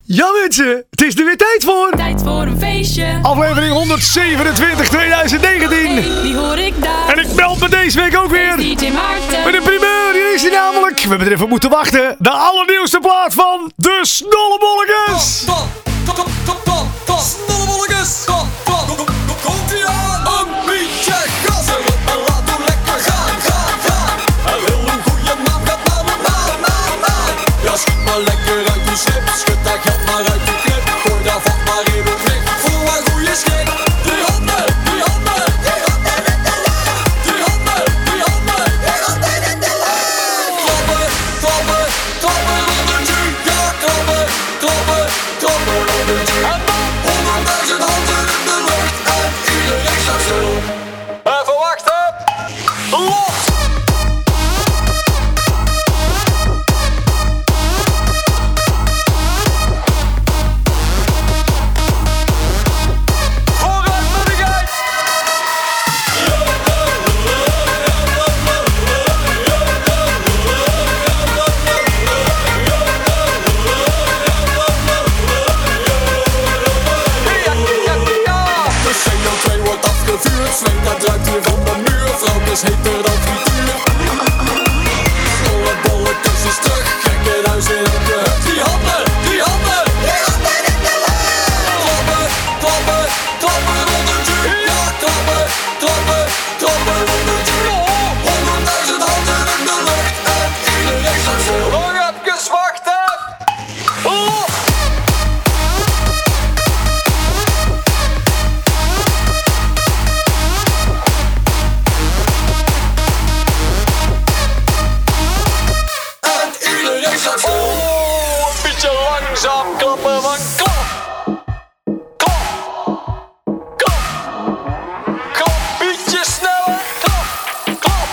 Ja mensen, het is er weer tijd voor. Tijd voor een feestje. Aflevering 127 2019. Hey, die hoor ik daar. En ik meld me deze week ook weer. DJ Maarten. Met een primeur, hier is hij namelijk. We hebben er even moeten wachten. De allernieuwste plaat van de Snollebolletjes. Snollebolletjes. Komt ie aan. Een beetje gas. Laat hem lekker gaan. Hij wil een goede naam, gaat maar. Ja, schiet maar lekker uit die schip. Schud dat geld maar uit de clip. Gooi daar vat maar in een knik. Voor een goede schip. Die handen. Die handen in de lucht. Klappen op de tune. Ja, klappen op de tune. En dan 100.000 handen in de lucht. En iedereen staat stil. Even wachten. Los! Svenk, dat druipt hier van de muur. Vrouwtjes heter dan frituur. Snollebolletjes is terug. Gekkenhuis in elke hut. Die handen in de lucht. Klappen onder duur. Ja, klappen onder duur. 100.000 handen in de lucht. En iedereen staat stil. Nog even wachten. Los! Oh, een beetje langzaam klappen van klap. Klap, beetje sneller. Klap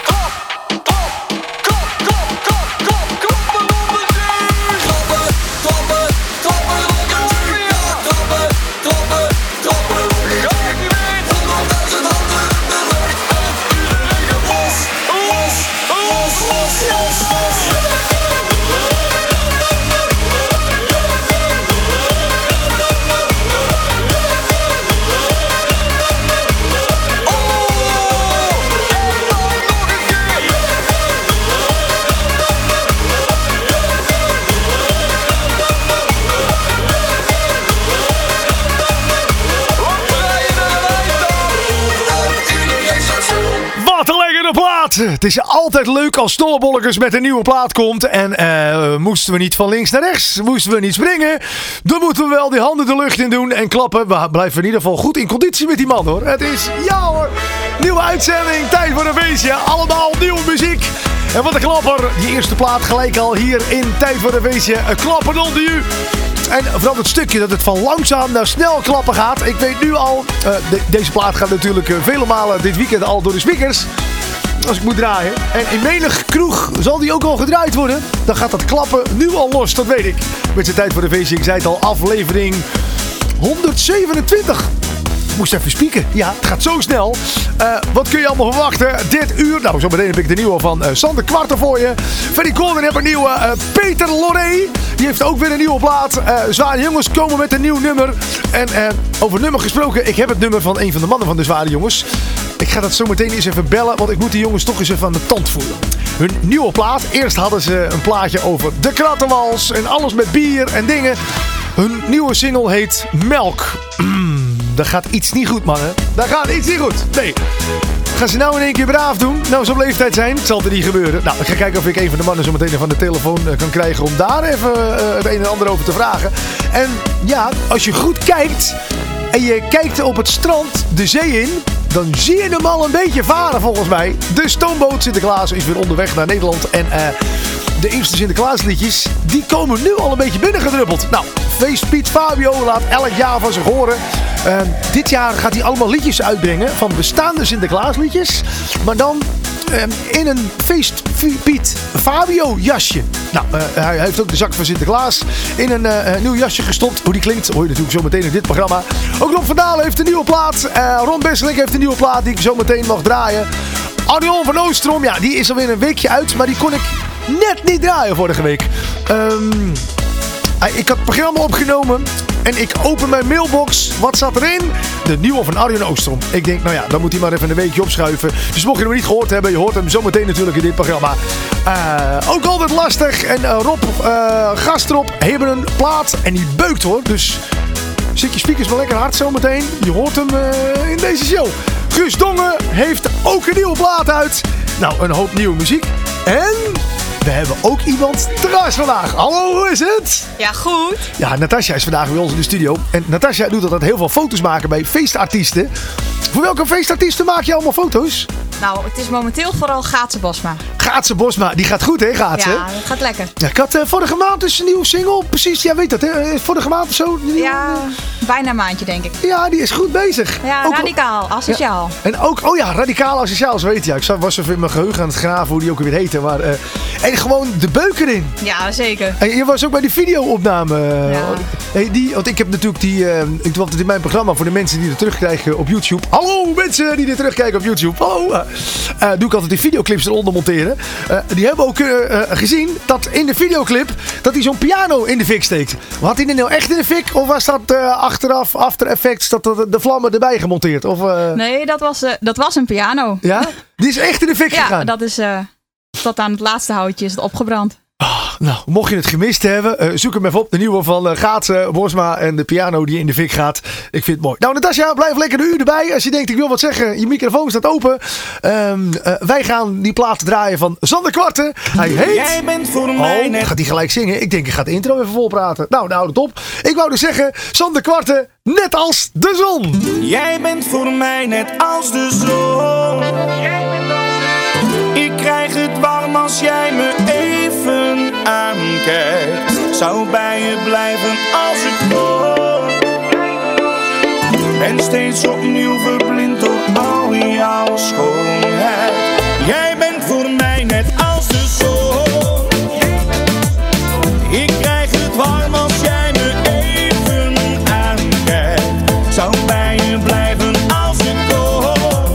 onder duur. Klappen onder duur. Ja, klappen onder duur. Ga ik niet mee. 100.000 handen in de lucht. En iedereen gaat los. Wat een lekkere plaat. Het is altijd leuk als Snollebolletjes met een nieuwe plaat komt. En moesten we niet van links naar rechts, moesten we niet springen, dan moeten we wel die handen de lucht in doen en klappen. We blijven in ieder geval goed in conditie met die man hoor. Het is, ja hoor, nieuwe uitzending, tijd voor een feestje. Allemaal nieuwe muziek. En wat een klapper, die eerste plaat gelijk al hier in Tijd voor een feestje. Een klapper onder u. En vooral het stukje dat het van langzaam naar snel klappen gaat. Ik weet nu al, deze plaat gaat natuurlijk vele malen dit weekend al door de speakers. Als ik moet draaien. En in menig kroeg zal die ook al gedraaid worden. Dan gaat dat klappen nu al los, dat weet ik. Met zijn Tijd voor de feestje, ik zei het al, aflevering 127. Ik moest even spieken. Ja, het gaat zo snel. Wat kun je allemaal verwachten dit uur? Nou, zo meteen heb ik de nieuwe van Sander Kwarten voor je. Ferry Corner heeft een nieuwe. Peter Loré, die heeft ook weer een nieuwe plaat. Zware Jongens komen met een nieuw nummer. En over nummer gesproken, ik heb het nummer van een van de mannen van de Zware Jongens. Ik ga dat zo meteen eens even bellen, want ik moet die jongens toch eens even aan de tand voelen. Hun nieuwe plaat. Eerst hadden ze een plaatje over de krattenwals en alles met bier en dingen. Hun nieuwe single heet Melk. Dat gaat iets niet goed, mannen. Dat gaat iets niet goed. Nee. Gaan ze nou in één keer braaf doen? Nou, ze op leeftijd zijn. Het zal er niet gebeuren. Nou, ik ga kijken of ik een van de mannen zo meteen van de telefoon kan krijgen om daar even het een en ander over te vragen. En ja, als je goed kijkt en je kijkt op het strand de zee in, dan zie je hem al een beetje varen volgens mij. De stoomboot Sinterklaas is weer onderweg naar Nederland. En de eerste Sinterklaasliedjes, die komen nu al een beetje binnengedruppeld. Nou, Feest Piet Fabio laat elk jaar van zich horen. Dit jaar gaat hij allemaal liedjes uitbrengen van bestaande Sinterklaasliedjes. Maar dan in een Feest Piet Fabio jasje. Nou, hij heeft ook de zak van Sinterklaas in een nieuw jasje gestopt. Hoe die klinkt, hoor je natuurlijk zo meteen in dit programma. Ook Rob van Dalen heeft een nieuwe plaat. Ron Besseling heeft een nieuwe plaat die ik zo meteen mag draaien. Arjon van Oostrom, ja, die is alweer een weekje uit. Maar die kon ik net niet draaien vorige week. Ik had het programma opgenomen en ik open mijn mailbox. Wat zat erin? De nieuwe van Arjen Oostrom. Ik denk, nou ja, dan moet hij maar even een weekje opschuiven. Dus mocht je hem niet gehoord hebben, je hoort hem zometeen natuurlijk in dit programma. Ook altijd lastig. En Rob, Gastrop, hebben een plaat en die beukt hoor. Dus zit je speakers wel lekker hard zometeen. Je hoort hem in deze show. Guus Dongen heeft ook een nieuwe plaat uit. Nou, een hoop nieuwe muziek. En we hebben ook iemand thuis vandaag. Hallo, hoe is het? Ja, goed. Ja, Natasja is vandaag bij ons in de studio. En Natasja doet altijd heel veel foto's maken bij feestartiesten. Voor welke feestartiesten maak je allemaal foto's? Nou, het is momenteel vooral Gaatse Bosma. Gaatse Bosma, die gaat goed hè, Gaatse? Ja, dat gaat lekker. Ja, ik had vorige maand dus een nieuwe single. Precies, jij weet dat hè? Vorige maand of zo? Ja, bijna een maandje denk ik. Ja, die is goed bezig. Ja, ook radicaal, asociaal. Ja. En ook, oh ja, radicaal asociaal, zo weet je. Ik was even in mijn geheugen aan het graven hoe die ook weer heette. Maar, en gewoon de beuk erin. Ja, zeker. En je was ook bij die video-opname. Ja. Want ik heb natuurlijk ik doe altijd in mijn programma voor de mensen die er terugkrijgen op YouTube. Hallo mensen die er terugkijken op YouTube. Hallo. Doe ik altijd die videoclips eronder monteren. Die hebben ook gezien dat in de videoclip dat hij zo'n piano in de fik steekt. Had hij die nou echt in de fik? Of was dat achteraf, After Effects, dat de vlammen erbij gemonteerd? Of, Nee, dat was een piano. Ja? Die is echt in de fik gegaan? Ja, dat is tot aan het laatste houtje is het opgebrand. Nou, mocht je het gemist hebben, zoek hem even op. De nieuwe van Gaatse Bosma en de piano die in de fik gaat. Ik vind het mooi. Nou, Natasja, blijf lekker de uur erbij. Als je denkt, ik wil wat zeggen, je microfoon staat open. Wij gaan die plaat draaien van Sander Kwarten. Hij heet... Jij bent voor mij net... gaat hij gelijk zingen? Ik denk, ik ga de intro even volpraten. Nou, houd het op. Ik wou dus zeggen, Sander Kwarten, net als de zon. Jij bent voor mij net als de zon. Ik krijg het warm als jij me even aankijkt. Zou bij je blijven als ik kon. En steeds opnieuw verblind door al jouw schoonheid. Jij bent voor mij net als de zon. Ik krijg het warm als jij me even aankijkt. Zou bij je blijven als ik kon.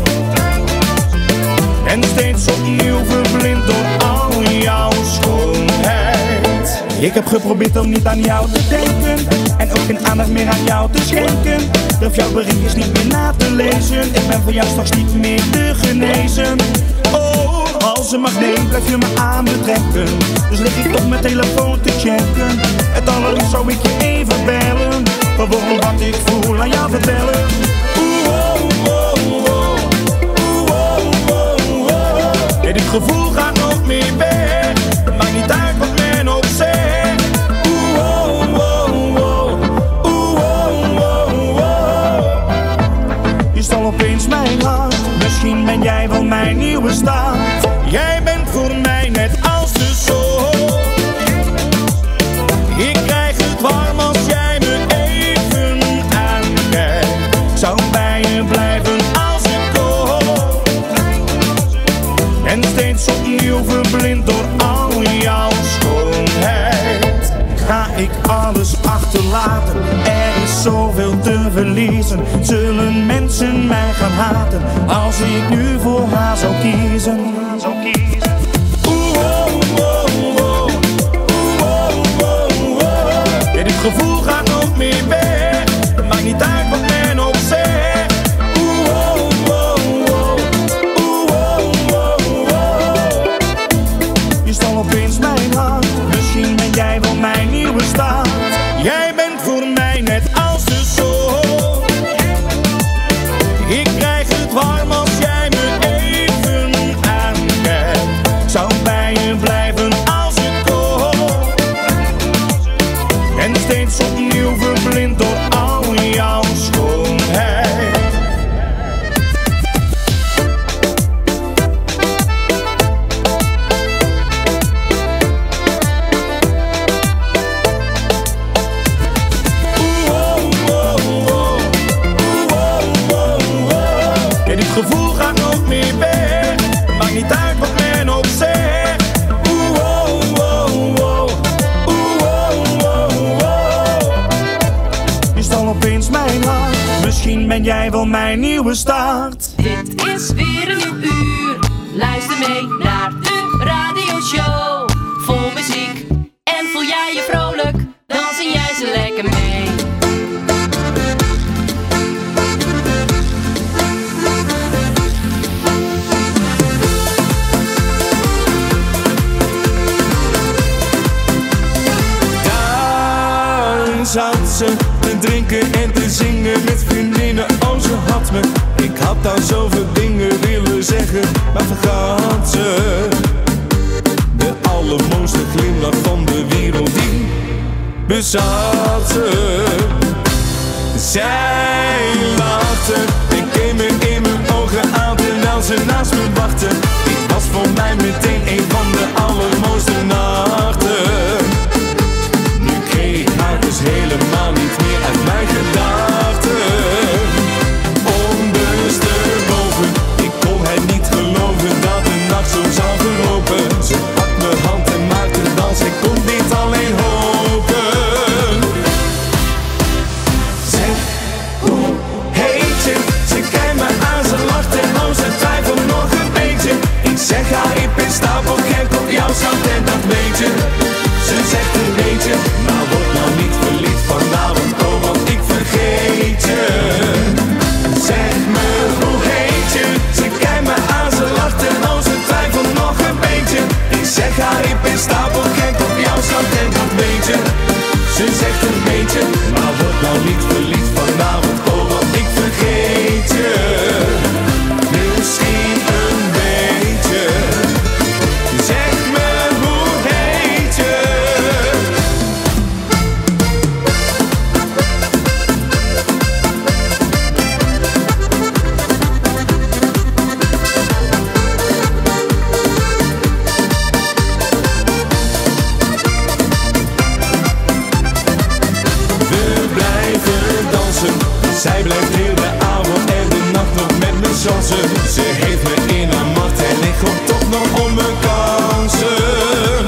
En steeds opnieuw verblind door al jouw schoonheid. Ik heb geprobeerd om niet aan jou te denken. En ook geen aandacht meer aan jou te schenken. Durf jouw berichtjes niet meer na te lezen. Ik ben voor jou straks niet meer te genezen. Oh, als een magneet blijf je me aan betrekken. Dus lig ik op mijn telefoon te checken. Het allerliefst zou ik je even bellen. Gewoon wat ik voel aan jou vertellen. Nee, dit gevoel gaat nog meer weg. Maakt niet uit wat men ook zegt. Je stal opeens mijn hart. Misschien ben jij wel mijn nieuwe start. Jij bent voor mij net als de zon. Ik krijg het warm als jij me even aankijkt. Zou bij je blijven als ik kon. En steeds opnieuw verblind door al jouw schoonheid. Ga ik alles achterlaten? Er is zoveel te verliezen. Zullen mensen mij gaan haten als ik nu voor haar zou kiezen? Ja, dit gevoel gaat nog meer weg. Maakt niet uit wat men ook zegt. Je stal opeens mijn hart. Misschien ben jij wel mijn nieuwe start. Jij bent voor mij net als de zon. Ik krijg het warm als jij me even aankijkt. Zou bij je blijven als ik kon. En steeds opnieuw verblind door al jouw schoonheid. Ja, dit gevoel gaat nog meer weg. Maakt niet uit wat men ook zegt. Je stal opeens mijn hart. Misschien ben jij wel mijn nieuwe start. Dit is weer een nieuw uur. Luister mee naar de radioshow. Vol muziek en voel jij je vrolijk. Dan zing lekker mee. Daar zat ze te drinken en te zingen met vriendinnen. Oh, ze had me. Ik had daar zoveel dingen willen zeggen, maar vergat ze. De allermooiste glimlach van de wereld, die bezat ze. Zij lachte, ik keek me in mijn ogen aan terwijl ze naast me wachtte. Dit was voor mij meteen een van de allermooiste nachten. Nu kreeg ik haar dus helemaal niet meer uit mijn gedachten. Ondersteboven, ik kon het niet geloven dat de nacht zo zou verlopen. Ze pakt mijn hand en maakte dans, ik kon dit alleen hopen. Zeg, hoe heet je? Ze kijkt me aan, ze lacht en oh, ze twijfelt nog een beetje. Ik zeg haar, ik ben stapelgek op jouw schat en dat weet je. Ze zegt een beetje, maar word nou niet verliefd vanavond, oh, want ik vergeet je. Zeg me, hoe heet je? Ze kijkt me aan, ze lacht en oh, ze twijfelt nog een beetje. Ik zeg haar, ik ben stapelgek op jouw schat en dat weet je. Ze zegt een beetje, maar word nou niet verliefd vanavond, oh, want ik vergeet je. Misschien een beetje. Zeg me, hoe heet je? We blijven dansen. Zij blijft heel de avond en de nacht nog met me chansen. Ze heeft me in haar macht en ik hoop toch nog om mijn kansen.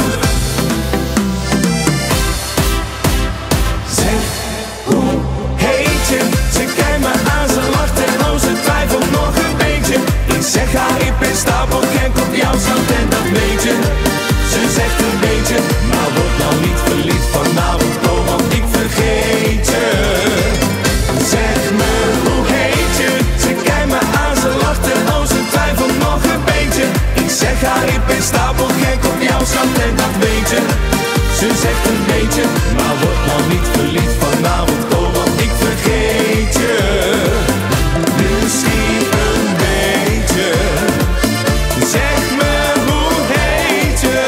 Zeg, hoe heet je? Ze kijkt me aan, ze lacht en oh, ze twijfelt nog een beetje. Ik zeg haar, ik ben stapelgek op jouw schat en dat weet je. Ze zegt een beetje, maar word nou niet verliefd vanavond, oh, want ik vergeet je. Zeg me, hoe heet je? Ze kijkt me aan, ze lacht en oh, ze twijfelt nog een beetje. Ik zeg haar, ik ben stapelgek op jouw schat en dat weet je. Ze zegt een beetje, maar word nou niet verliefd vanavond, oh, want ik vergeet je. Misschien een beetje. Zeg me, hoe heet je?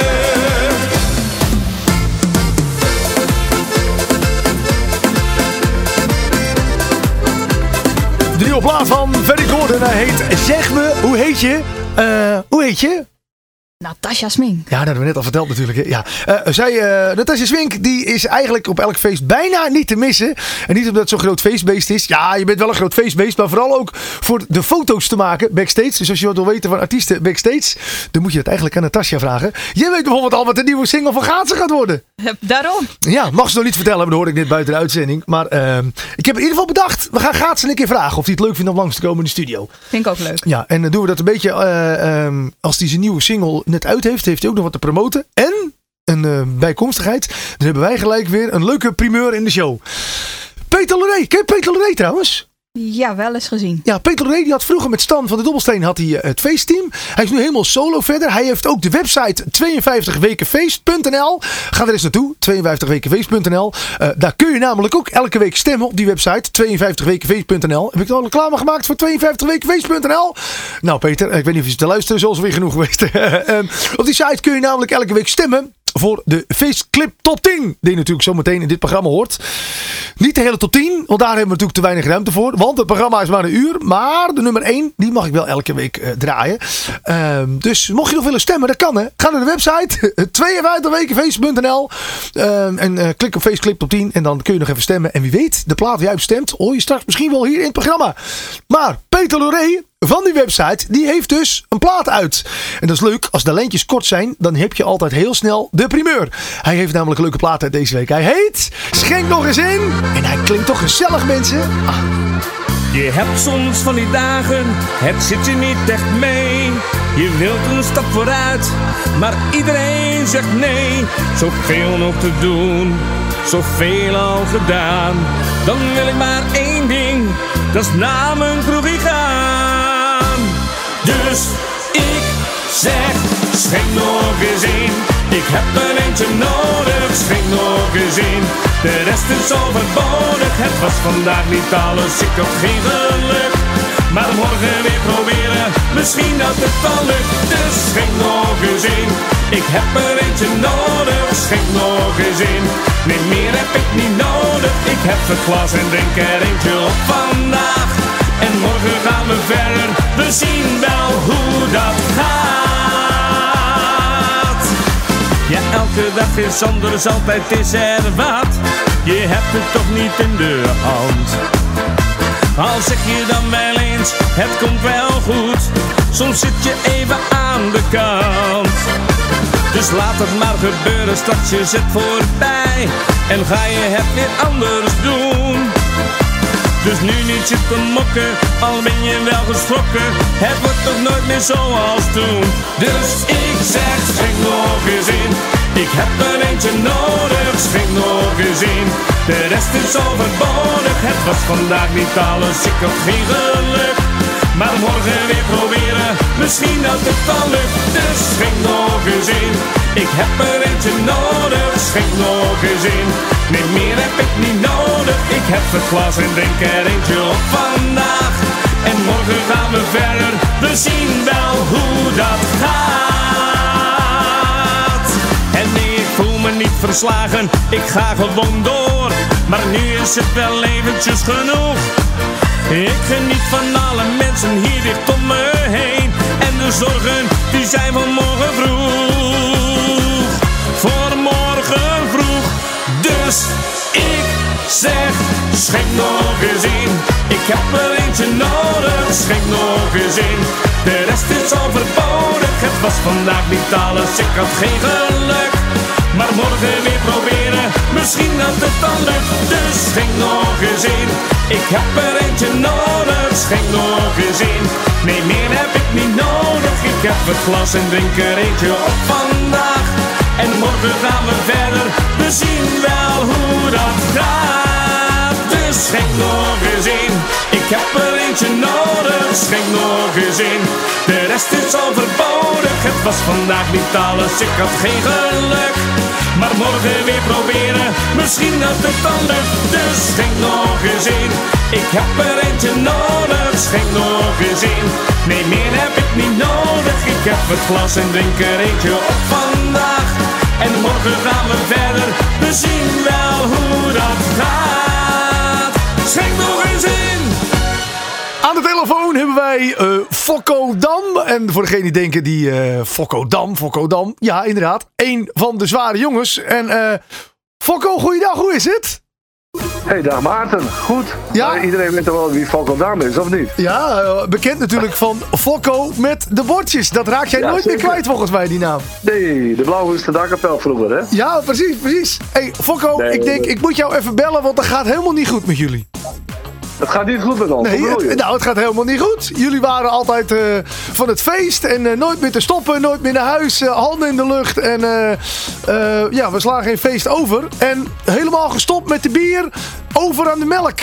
De nieuwe plaat van Ferry Gordon. Hij heet Zeg me, hoe heet je? Hoe heet je? Natasja Smink. Ja, dat hebben we net al verteld natuurlijk. Hè. Ja. Natasja Smink, die is eigenlijk op elk feest bijna niet te missen. En niet omdat het zo'n groot feestbeest is. Ja, je bent wel een groot feestbeest. Maar vooral ook voor de foto's te maken backstage. Dus als je wat wil weten van artiesten backstage, dan moet je het eigenlijk aan Natasja vragen. Jij weet bijvoorbeeld al wat de nieuwe single van Gaatse gaat worden. Daarom. Ja, mag ze nog niet vertellen. Maar dat hoorde ik net buiten de uitzending. Maar ik heb in ieder geval bedacht. We gaan Gaatse een keer vragen of hij het leuk vindt om langs te komen in de studio. Vind ik ook leuk. Ja, en dan doen we dat een beetje als hij zijn nieuwe single net uit heeft hij ook nog wat te promoten. En een bijkomstigheid. Dan hebben wij gelijk weer een leuke primeur in de show. Peter Loré. Ken je Peter Loré trouwens? Ja, wel eens gezien. Ja, Peter Loré die had vroeger met Stan van de Dobbelsteen had hij het feestteam. Hij is nu helemaal solo verder. Hij heeft ook de website 52wekenfeest.nl. Ga er eens naartoe, 52wekenfeest.nl. Daar kun je namelijk ook elke week stemmen op die website 52wekenfeest.nl. Heb ik al reclame gemaakt voor 52wekenfeest.nl? Nou Peter, ik weet niet of je te luisteren, zoals weer genoeg geweest. Op die site kun je namelijk elke week stemmen voor de feestclip top 10. Die je natuurlijk zometeen in dit programma hoort. Niet de hele top 10, want daar hebben we natuurlijk te weinig ruimte voor. Want het programma is maar een uur. Maar de nummer 1, die mag ik wel elke week draaien. Dus mocht je nog willen stemmen, dat kan hè. Ga naar de website 52wekenfeest.nl en klik op feestclip top 10. En dan kun je nog even stemmen. En wie weet, de plaat die jij hebt stemt, hoor je straks misschien wel hier in het programma. Maar Peter Loré van die website, die heeft dus een plaat uit. En dat is leuk, als de lijntjes kort zijn, dan heb je altijd heel snel de primeur. Hij heeft namelijk een leuke plaat uit deze week. Hij heet Schenk nog eens in. En hij klinkt toch gezellig, mensen. Ah. Je hebt soms van die dagen, het zit je niet echt mee. Je wilt een stap vooruit, maar iedereen zegt nee. Zoveel nog te doen, zoveel al gedaan. Dan wil ik maar één ding, dat is naar mijn kroegie gaan. Dus ik zeg, schenk nog eens in. Ik heb er eentje nodig, schenk nog eens in. De rest is overbodig, het was vandaag niet alles, ik had geen geluk. Maar morgen weer proberen, misschien dat het wel lukt. Dus schenk nog eens in. Ik heb er eentje nodig, schenk nog eens in. Nee, meer heb ik niet nodig. Ik heb het glas en drink er eentje op vandaag. En morgen gaan we verder, we zien wel hoe dat gaat. Ja, elke dag is anders, altijd is er wat. Je hebt het toch niet in de hand. Al zeg je dan wel eens, het komt wel goed. Soms zit je even aan de kant. Dus laat het maar gebeuren, straks is het voorbij. En ga je het weer anders doen. Dus nu niet zitten mokken, al ben je wel geschrokken. Het wordt toch nooit meer zoals toen. Dus ik zeg, schenk nog eens in. Ik heb er eentje nodig, schenk nog eens in. De rest is overbodig, het was vandaag niet alles, ik had geen geluk. Maar morgen weer proberen, misschien dat het dan lukt. Dus schenk nog eens in. Ik heb er eentje nodig, schenk nog eens in. Nee, meer heb ik niet nodig. Ik heb het glas en drink er eentje op vandaag. En morgen gaan we verder, we zien wel hoe dat gaat. En nee, ik voel me niet verslagen, ik ga gewoon door. Maar nu is het wel eventjes genoeg. Ik geniet van alle mensen hier dicht om me heen. En de zorgen, die zijn van morgen vroeg. Voor morgen vroeg. Dus ik zeg, schenk nog eens in. Ik heb er eentje nodig, schenk nog eens in. De rest is overbodig, het was vandaag niet alles, ik had geen geluk. Maar morgen weer proberen, misschien dat het dan lukt. Dus schenk nog eens in. Ik heb er eentje nodig, schenk nog eens in. Nee, meer heb ik niet nodig. Ik heb het glas en drink er eentje op vandaag. En morgen gaan we verder, we zien wel hoe dat gaat. Dus schenk nog eens in. Ik heb er eentje nodig, schenk nog eens in. De rest is overbodig, het was vandaag niet alles, ik had geen geluk. Maar morgen weer proberen, misschien dat het dan lukt. Dus schenk nog eens in. Ik heb er eentje nodig, schenk nog eens in. Nee, meer heb ik niet nodig. Ik heb het glas en drink er eentje op vandaag. En morgen gaan we verder, we zien wel hoe dat gaat. Schenk nog eens in. Aan de telefoon hebben wij Fokko Dam. En voor degene die denken, die Fokko Dam. Ja, inderdaad. Een van de zware jongens. En Fokko, goeiedag, hoe is het? Hey, dag Maarten. Goed. Ja? Iedereen weet toch wel wie Fokko Dam is, of niet? Ja, bekend natuurlijk van Fokko met de bordjes. Dat raak jij nooit zeker meer kwijt volgens mij, die naam. Nee, de blauwe is de dakkapel vroeger, hè? Ja, precies. Hey, Fokko, Nee, ik denk, ik moet jou even bellen, want dat gaat helemaal niet goed met jullie. Het gaat niet goed met ons, Nee, hoe bedoel je? het gaat helemaal niet goed. Jullie waren altijd van het feest en nooit meer te stoppen, nooit meer naar huis, handen in de lucht. En ja, we slaan geen feest over. En helemaal gestopt met de bier, over aan de melk.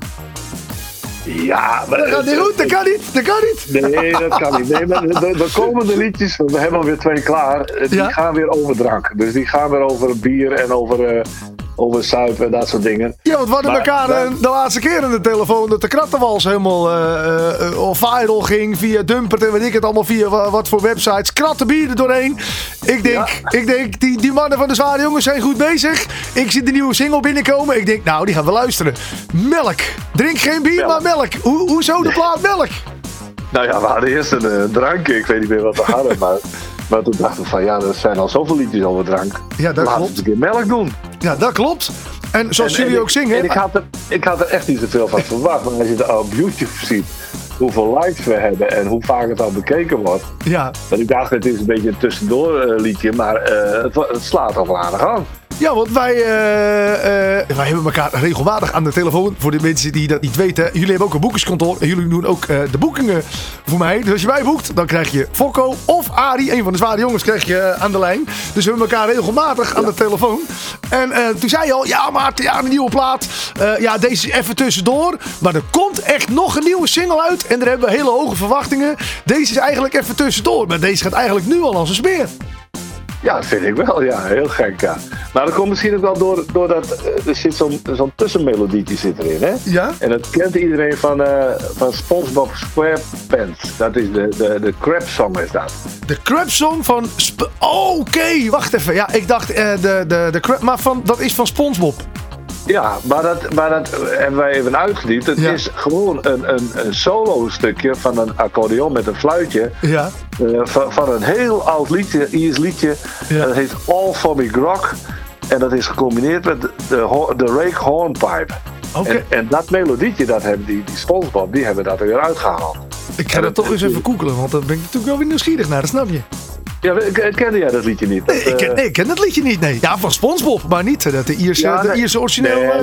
Ja, maar... Dat gaat niet goed, dat kan niet. Nee, dat kan niet. Nee, maar de komende liedjes, we hebben alweer 2 klaar, die Ja? gaan weer over drank. Dus die gaan weer over bier en over suipen en dat soort dingen. Ja, want we hadden Maar- elkaar maar- de laatste keer in de telefoon dat de krattenwals helemaal viral ging via Dumpert en weet ik het allemaal via wat voor websites. Krattenbier er doorheen. Ik denk die mannen van de zware jongens zijn goed bezig. Ik zie de nieuwe single binnenkomen. Ik denk, nou, die gaan we luisteren. Melk. Drink geen bier, maar melk. Hoezo de plaat melk? Nou ja, we hadden eerst een drankje, ik weet niet meer wat we hadden, maar toen dachten we van ja, er zijn al zoveel liedjes over drank. Ja, dat Laten we klopt. eens een keer melk doen. Ja, dat klopt. En zoals jullie En ook zingen. En ik had er echt niet zoveel van verwacht. Maar als je op YouTube ziet hoeveel likes we hebben en hoe vaak het al bekeken wordt. Ja. Want ik dacht, het is een beetje een tussendoor liedje, maar het slaat al aardig aan. Ja, want wij hebben elkaar regelmatig aan de telefoon. Voor de mensen die dat niet weten. Jullie hebben ook een boekingskantoor. En jullie doen ook de boekingen voor mij. Dus als je mij boekt, dan krijg je Fokko of Arie. Een van de zware jongens krijg je aan de lijn. Dus we hebben elkaar regelmatig aan de telefoon. En toen zei je al, ja Maarten, ja, een nieuwe plaat. Ja, deze is even tussendoor. Maar er komt echt nog een nieuwe single uit. En daar hebben we hele hoge verwachtingen. Deze is eigenlijk even tussendoor. Maar deze gaat eigenlijk nu al als een speer. Ja, dat vind ik wel. Ja, heel gek. Ja. Maar dat komt misschien ook wel doordat er zit zo'n tussenmelodietje zit erin. Hè? Ja? En dat kent iedereen van SpongeBob SquarePants. Dat is de Crab Song is dat. De Crab Song van... Oké, wacht even. Ja, ik dacht de Crab... Maar dat is van SpongeBob. Ja, maar dat hebben wij even uitgediept. Het is gewoon een solo stukje van een accordeon met een fluitje. Ja. Van een heel oud liedje, Iers liedje. Ja. Dat heet All For Me Grog. En dat is gecombineerd met de Rake Hornpipe. Oké. En dat melodietje, dat hebben die SpongeBob, die hebben dat er weer uitgehaald. Ik ga dat toch eens even googelen, want daar ben ik natuurlijk wel weer nieuwsgierig naar, dat snap je. Ja, kende jij dat liedje niet? Nee, ik ken dat liedje niet, nee. Ja, van SpongeBob, maar niet de Ierse origineel.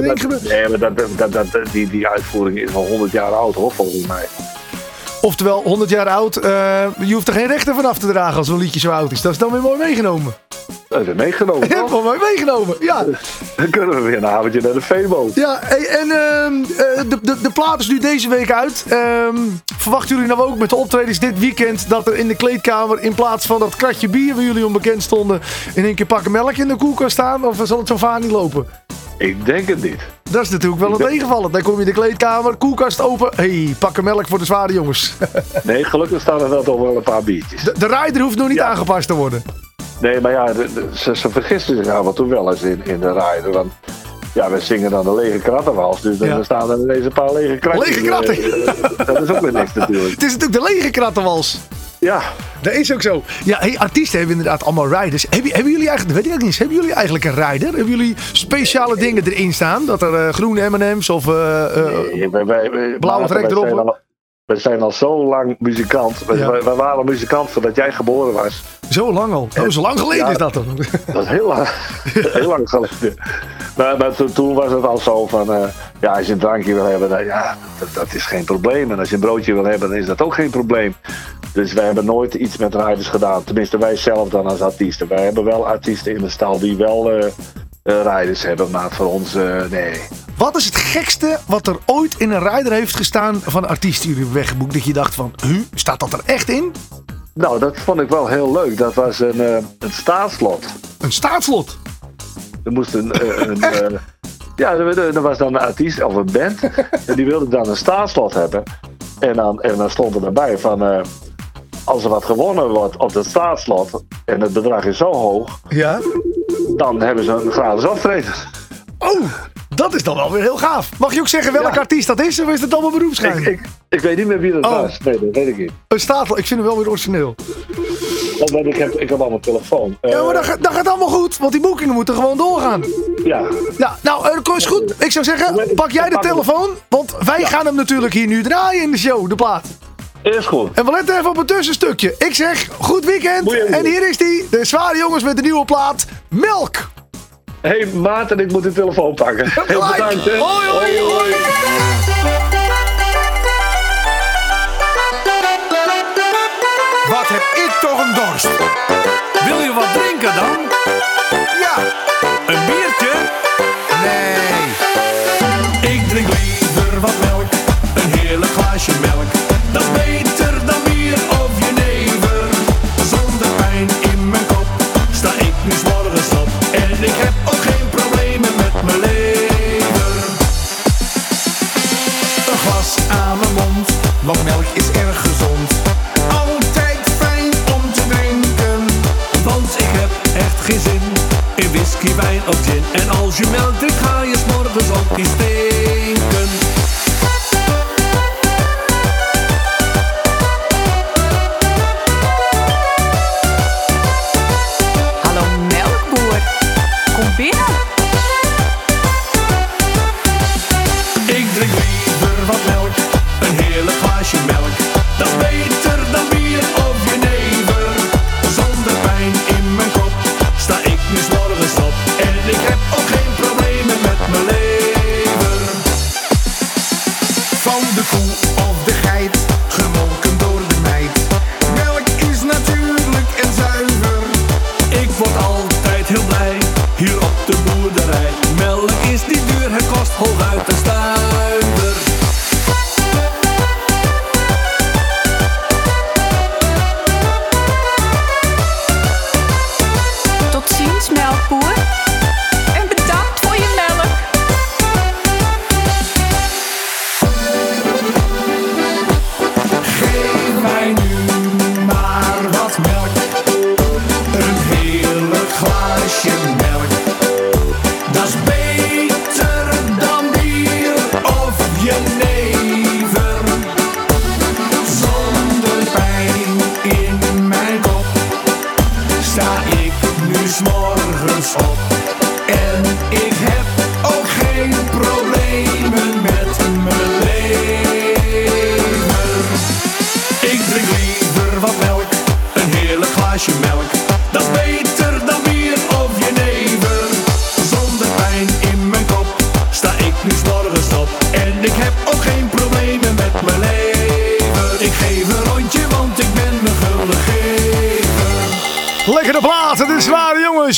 Die uitvoering is al 100 jaar oud, hoor, volgens mij. Oftewel, 100 jaar oud, je hoeft er geen rechten van af te dragen als zo'n liedje zo oud is. Dat is dan weer mooi meegenomen. Dat is weer meegenomen, toch? Wel mooi meegenomen, ja. Dan kunnen we weer een avondje naar de Febo. Ja, en de plaat is nu deze week uit. Verwachten jullie nou ook met de optredens dit weekend dat er in de kleedkamer in plaats van dat kratje bier waar jullie onbekend stonden in één keer pakken melk in de koelkast staan? Of zal het zo vaak niet lopen? Ik denk het niet. Dat is natuurlijk wel een tegenvaller. Dan kom je in de kleedkamer, koelkast open. Hey, pakken melk voor de zware jongens. Nee, gelukkig staan er wel toch wel een paar biertjes. De rider hoeft nog niet aangepast te worden. Nee, maar ja, ze vergissen zich af en toe wel eens in de rider. Want ja, we zingen dan de lege krattenwals. Dus dan staan er ineens een paar lege kratjes. Lege kratten? Dat is ook weer niks natuurlijk. Het is natuurlijk de lege krattenwals. Ja. Dat is ook zo. Ja, hey, artiesten hebben inderdaad allemaal riders. Hebben jullie eigenlijk, dat weet ik ook niet eens, hebben jullie eigenlijk een rider? Hebben jullie speciale dingen erin staan? Dat er groene M&M's of blauwe trek erop? We zijn al zo lang muzikant. We waren muzikant voordat jij geboren was. Zo lang al? Oh, zo lang geleden is dat dan? Dat is heel lang geleden. Maar toen was het al zo van... als je een drankje wil hebben, dat is geen probleem. En als je een broodje wil hebben, dan is dat ook geen probleem. Dus wij hebben nooit iets met riders gedaan. Tenminste, wij zelf dan als artiesten. Wij hebben wel artiesten in de stal die wel riders hebben. Maar voor ons, nee. Wat is het gekste wat er ooit in een rider heeft gestaan van artiesten die jullie hebben weggeboekt? Dat je dacht van, staat dat er echt in? Nou, dat vond ik wel heel leuk. Dat was een staatslot. Een staatslot? Er moest er was dan een artiest of een band. En die wilde dan een staatslot hebben. En dan stond er erbij van... als er wat gewonnen wordt op het staatslot... en het bedrag is zo hoog... Ja? Dan hebben ze een gratis optreden. Oh, dat is dan wel weer heel gaaf. Mag je ook zeggen welke artiest dat is? Of is het allemaal beroepsgeheim? Ik weet niet meer wie dat was. Nee, dat weet ik niet. Een staatslot, ik vind hem wel weer origineel. Ik heb al mijn telefoon. Ja, maar dat gaat allemaal goed. Want die boekingen moeten gewoon doorgaan. Ja. Ja, nou, is goed. Ik zou zeggen, pak jij de telefoon. Want wij gaan hem natuurlijk hier nu draaien in de show, de plaat. Is goed. En we letten even op een tussenstukje. Ik zeg, goed weekend. En hier is die, de zware jongens met de nieuwe plaat, Melk. Hey Maarten, ik moet de telefoon pakken. Heel bedankt, hè. Hoi, hoi, hoi. Wat heb ik toch een dorst? Wil je wat drinken dan? Ja. Een biertje? Nee. Ik drink liever wat melk, een heerlijk glaasje melk. Dat is beter dan bier of jenever. Zonder pijn in mijn kop sta ik nu 's morgens op. En ik heb ook geen problemen met mijn lever. Een glas aan mijn mond, want melk is erg gezond. Altijd fijn om te drinken, want ik heb echt geen zin in whisky, wijn of gin. En als je melk drinkt, ga je 's morgens ook niet stinken. Hallo melkboer, kom binnen. Ik drink liever wat melk, een heerlijk glaasje melk. Dat is beter dan bier of jenever. Zonder pijn in mijn kop sta ik nu 's morgens op. En ik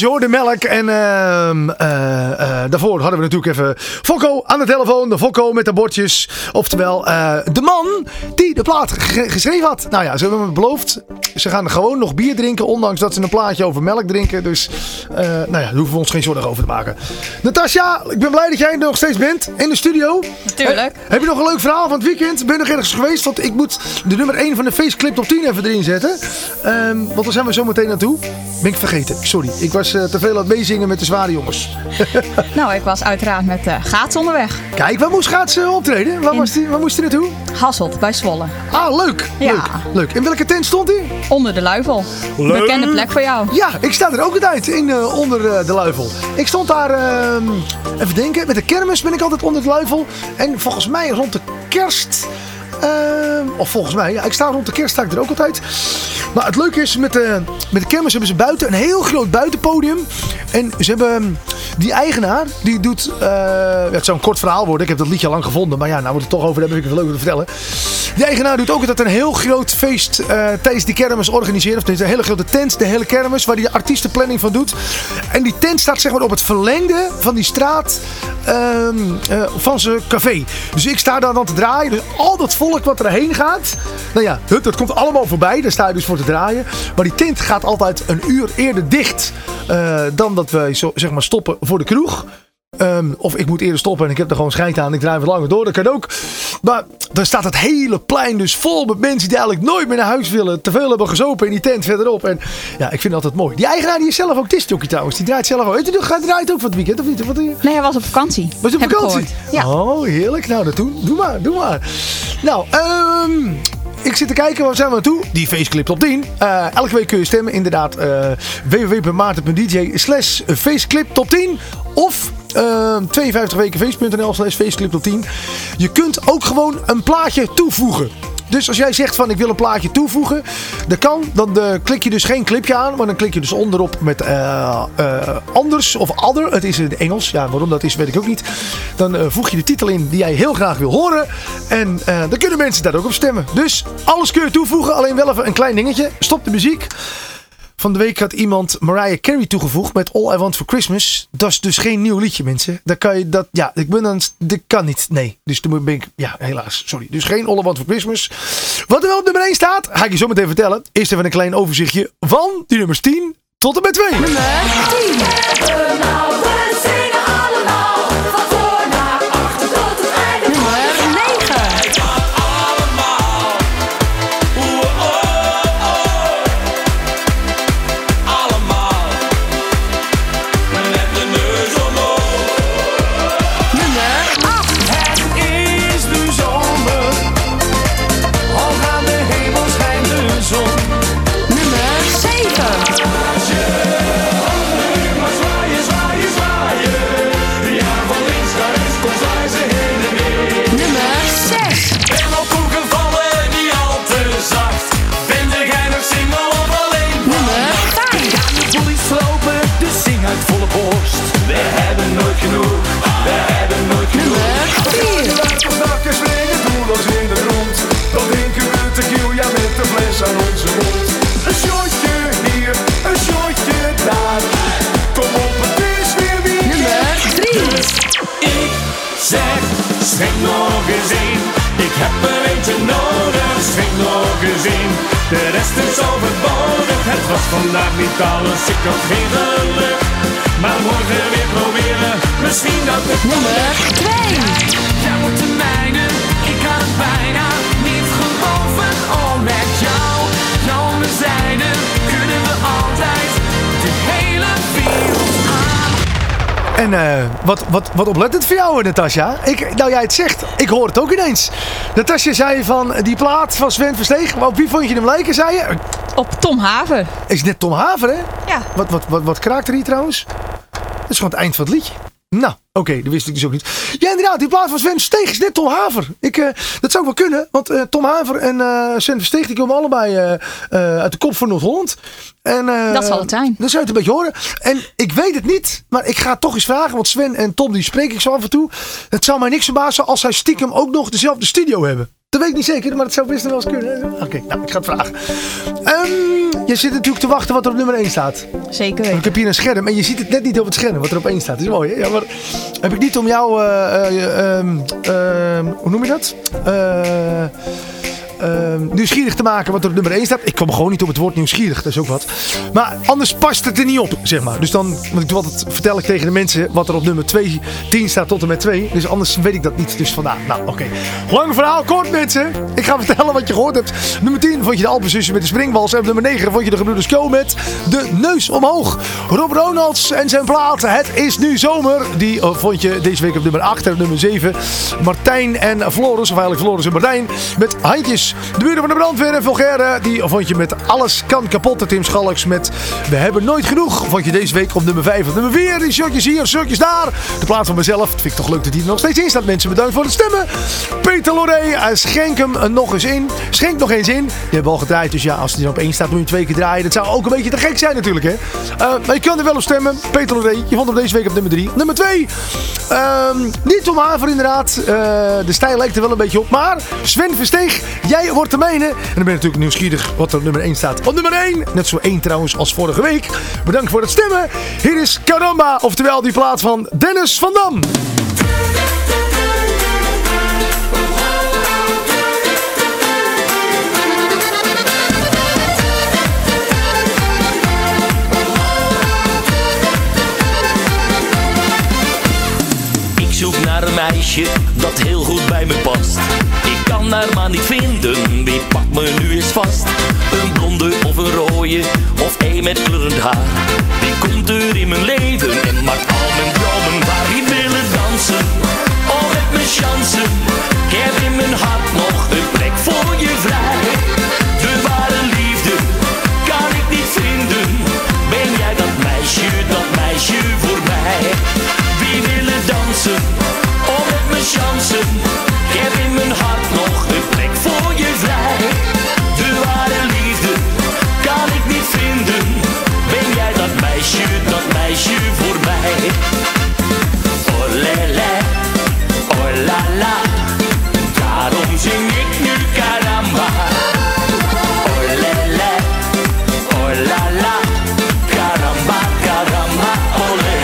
je hoorde Melk. En daarvoor hadden we natuurlijk even Fokko aan de telefoon. De Fokko met de bordjes. Oftewel, de man die de plaat geschreven had. Nou ja, ze hebben me beloofd. Ze gaan gewoon nog bier drinken. Ondanks dat ze een plaatje over melk drinken. Dus nou ja, daar hoeven we ons geen zorgen over te maken. Natasja, ik ben blij dat jij er nog steeds bent. In de studio. Natuurlijk. Heb je nog een leuk verhaal van het weekend? Ben je nog ergens geweest? Want ik moet de nummer 1 van de Faceclip Top 10 even erin zetten. Want daar zijn we zo meteen naartoe. Ben ik vergeten. Sorry. Ik was te veel aan het meezingen met de zware jongens. Nou, ik was uiteraard met Gaats onderweg. Kijk, waar moest Gaats optreden? Waar moest hij naartoe? Hasselt bij Zwolle. Ah, leuk. Ja. Leuk. In welke tent stond hij? Onder de Luifel. Leuk. Bekende plek voor jou. Ja, ik sta er ook altijd in onder de Luifel. Ik stond daar, even denken, met de kermis ben ik altijd onder de Luifel. En volgens mij rond de kerst... of volgens mij, ja, ik sta rond de kerst, sta ik er ook altijd. Maar het leuke is, met de kermis hebben ze buiten een heel groot buitenpodium. En ze hebben die eigenaar, die doet... het zou een kort verhaal worden, ik heb dat liedje al lang gevonden. Maar ja, nou we het er toch over hebben, heb ik het leuk te vertellen. Die eigenaar doet ook altijd een heel groot feest tijdens die kermis organiseren. Of een hele grote tent, de hele kermis, waar hij de artiestenplanning van doet. En die tent staat zeg maar op het verlengde van die straat van zijn café. Dus ik sta daar dan te draaien. Dus al dat volk wat erheen gaat, nou ja, dat komt allemaal voorbij. Daar sta je dus voor te draaien. Maar die tent gaat altijd een uur eerder dicht dan dat wij zo, zeg maar stoppen voor de kroeg. Of ik moet eerder stoppen en ik heb er gewoon scheid aan. Ik draai wat langer door, dat kan ook. Maar dan staat het hele plein dus vol met mensen die eigenlijk nooit meer naar huis willen. Te veel hebben gezopen in die tent verderop. En ja, ik vind het altijd mooi. Die eigenaar die is zelf ook discjockey trouwens. Die draait zelf ook. Weet je, hij draait ook van het weekend of niet? Nee, hij was op vakantie. Was hij op Heb ik vakantie? gehoord. Ja. Oh, heerlijk. Nou, dat doen. Doe maar. Nou, ik zit te kijken, waar zijn we naartoe? Die Faceclip Top 10. Elke week kun je stemmen. Inderdaad, www.maarten.dj/Faceclip Top 10. Of 52wekenfeest.nl/Faceclip Top 10. Je kunt ook gewoon een plaatje toevoegen. Dus als jij zegt van ik wil een plaatje toevoegen, dat kan. Dan klik je dus geen clipje aan, maar dan klik je dus onderop met anders of other. Het is in het Engels. Ja, waarom dat is weet ik ook niet. Dan voeg je de titel in die jij heel graag wil horen. En dan kunnen mensen daar ook op stemmen. Dus alles kun je toevoegen, alleen wel even een klein dingetje. Stop de muziek. Van de week had iemand Mariah Carey toegevoegd met All I Want For Christmas. Dat is dus geen nieuw liedje, mensen. Dan kan je dat... Ja, dat kan niet. Nee. Dus toen ben ik... Ja, helaas. Sorry. Dus geen All I Want For Christmas. Wat er wel op nummer 1 staat, ga ik je zo meteen vertellen. Eerst even een klein overzichtje van die nummers 10 tot en met 2. We zingen allemaal van voor naar achter tot het einde. Nummer 9. Aan onze mond. Een shotje hier, een shotje daar. Kom op, het is weer wie. Nummer 3. Dus ik zeg, schenk nog eens een. Ik heb er eentje nodig, schenk nog eens een. De rest is overbodig, het was vandaag niet alles. Ik had geen geluk, maar morgen weer proberen. Misschien dat het Nummer 2. jij wordt de mijne, ik kan het bijna niet geloven. Oh, met jou, jouw zijde, kunnen we altijd de hele wereld aan. En wat oplettend voor jou, Natasja. Nou jij het zegt, ik hoor het ook ineens. Natasja zei van die plaat van Sven Versteeg. Op wie vond je hem lijken, zei je? Op Tom Haver. Is net Tom Haver, hè? Ja. Wat kraakt er hier trouwens? Dat is gewoon het eind van het liedje. Nou, oké, dat wist ik dus ook niet. Ja, inderdaad, die plaat van Sven Versteeg is net Tom Haver. Dat zou wel kunnen, want Tom Haver en Sven Versteeg die komen allebei uit de kop van Noord-Holland. Dat zal het zijn. Dat zou je het een beetje horen. En ik weet het niet, maar ik ga het toch eens vragen, want Sven en Tom die spreek ik zo af en toe. Het zou mij niks verbazen als zij stiekem ook nog dezelfde studio hebben. Dat weet ik niet zeker, maar het zou best nog wel eens kunnen. Oké, nou, ik ga het vragen. Je zit natuurlijk te wachten wat er op nummer 1 staat. Zeker Want weten. ik heb hier een scherm en je ziet het net niet op het scherm wat er op 1 staat. Dat is mooi, hè? Ja, maar heb ik niet om jou... hoe noem je dat? Nieuwsgierig te maken wat er op nummer 1 staat. Ik kom gewoon niet op het woord nieuwsgierig, dat is ook wat. Maar anders past het er niet op, zeg maar. Dus dan vertel ik tegen de mensen wat er op nummer 10 staat tot en met 2. Dus anders weet ik dat niet. Dus vandaar. Nou, oké. Lang verhaal, kort mensen. Ik ga vertellen wat je gehoord hebt. Nummer 10 vond je de Alpenzusje met de springwals. En op nummer 9 vond je de Gebroeders Ko met de neus omhoog. Rob Ronalds en zijn plaat Het is nu zomer. Die vond je deze week op nummer 8. En op nummer 7 Martijn en Floris. Of eigenlijk Floris en Martijn. Met handjes. De buren van de brandweer en Vulgaire. Die vond je met Alles kan kapot. De Tim Schalks met We hebben nooit genoeg. Vond je deze week op nummer 5. Op nummer 4 die shotjes hier, shotjes daar. De plaat van mezelf. Dat vind ik toch leuk dat die er nog steeds in staat. Mensen, bedankt voor het stemmen. Peter Loré, schenk hem nog eens in. Schenk nog eens in. Die hebben we al gedraaid. Dus ja, als die dan op 1 staat, moet je 2 keer draaien. Dat zou ook een beetje te gek zijn natuurlijk, hè. Maar je kan er wel op stemmen. Peter Loré, je vond hem deze week op nummer 3. Nummer 2. Niet Tom Haver inderdaad. De stijl lijkt er wel een beetje op. Maar Sven Versteeg, jij wordt de mijne. En dan ben je natuurlijk nieuwsgierig wat er op nummer 1 staat. Op nummer 1, net zo 1 trouwens als vorige week. Bedankt voor het stemmen. Hier is Caramba, oftewel die plaat van Dennis van Dam. Ik zoek naar een meisje dat heel goed bij me past. Ik kan haar maar niet vinden, wie pakt me nu eens vast? Een blonde of een rode, of een met kleurend haar. Wie komt er in mijn leven en maakt al mijn dromen waar? Wie willen dansen, al met mijn chansen. Ik heb in mijn hart nog een plek voor je vrij. De ware liefde kan ik niet vinden. Ben jij dat meisje voor mij? Wie willen dansen, al met mijn chansen. Ik heb in mijn hart nog een plek voor je vrij. De ware liefde kan ik niet vinden. Ben jij dat meisje voor mij? Oh lele, oh la la. Daarom zing ik nu caramba. Oh lele, oh la la. Caramba, caramba, olé.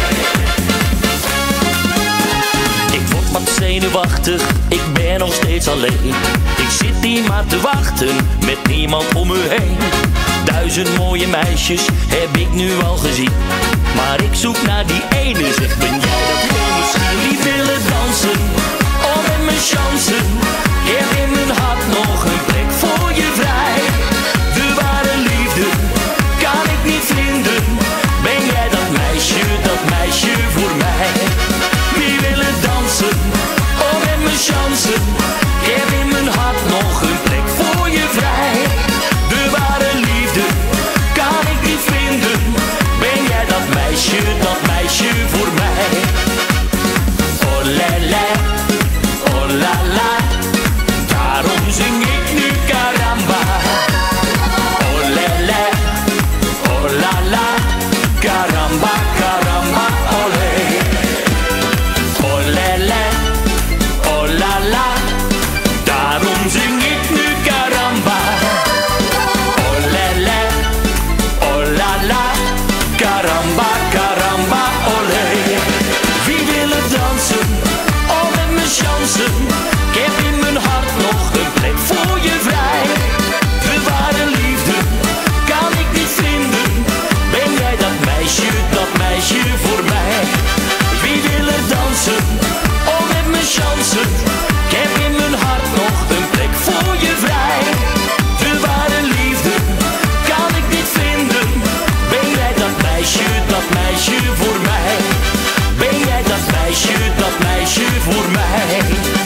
Ik word wat zenuwachtig, ik ben nog steeds alleen. Ik zit hier maar te wachten, met niemand om me heen. 1000 mooie meisjes heb ik nu al gezien. Maar ik zoek naar die ene, zeg ben jij dat heel misschien? Die willen dansen, al met mijn chansen. Ik heb in mijn hart nog een plek voor je vrij. De ware liefde kan ik niet vinden. Ben jij dat meisje voor mij? Wie willen dansen, al met mijn chansen. Ik heb in mijn hart nog een plek voor je vrij. De ware liefde kan ik niet vinden. Ben jij dat meisje voor mij? Oh lele, oh la la. Daarom zing ik nu caramba. Oh lele, oh la la. Caramba, caramba, olé. Oh lele, oh la la. Daarom zing ik nu caramba. Oh lele, oh la la. Caramba, caramba, olé. Wie willen dansen, al met mijn chansen. Ik heb in mijn hart nog een plek voor je vrij. De ware liefde kan ik niet vinden. Ben jij dat meisje voor mij? Wie willen dansen, al met mijn chansen. Ik heb in mijn hart nog een plek voor je vrij. De ware liefde kan ik niet vinden. Ben jij dat meisje voor mij? Ben jij dat meisje voor mij?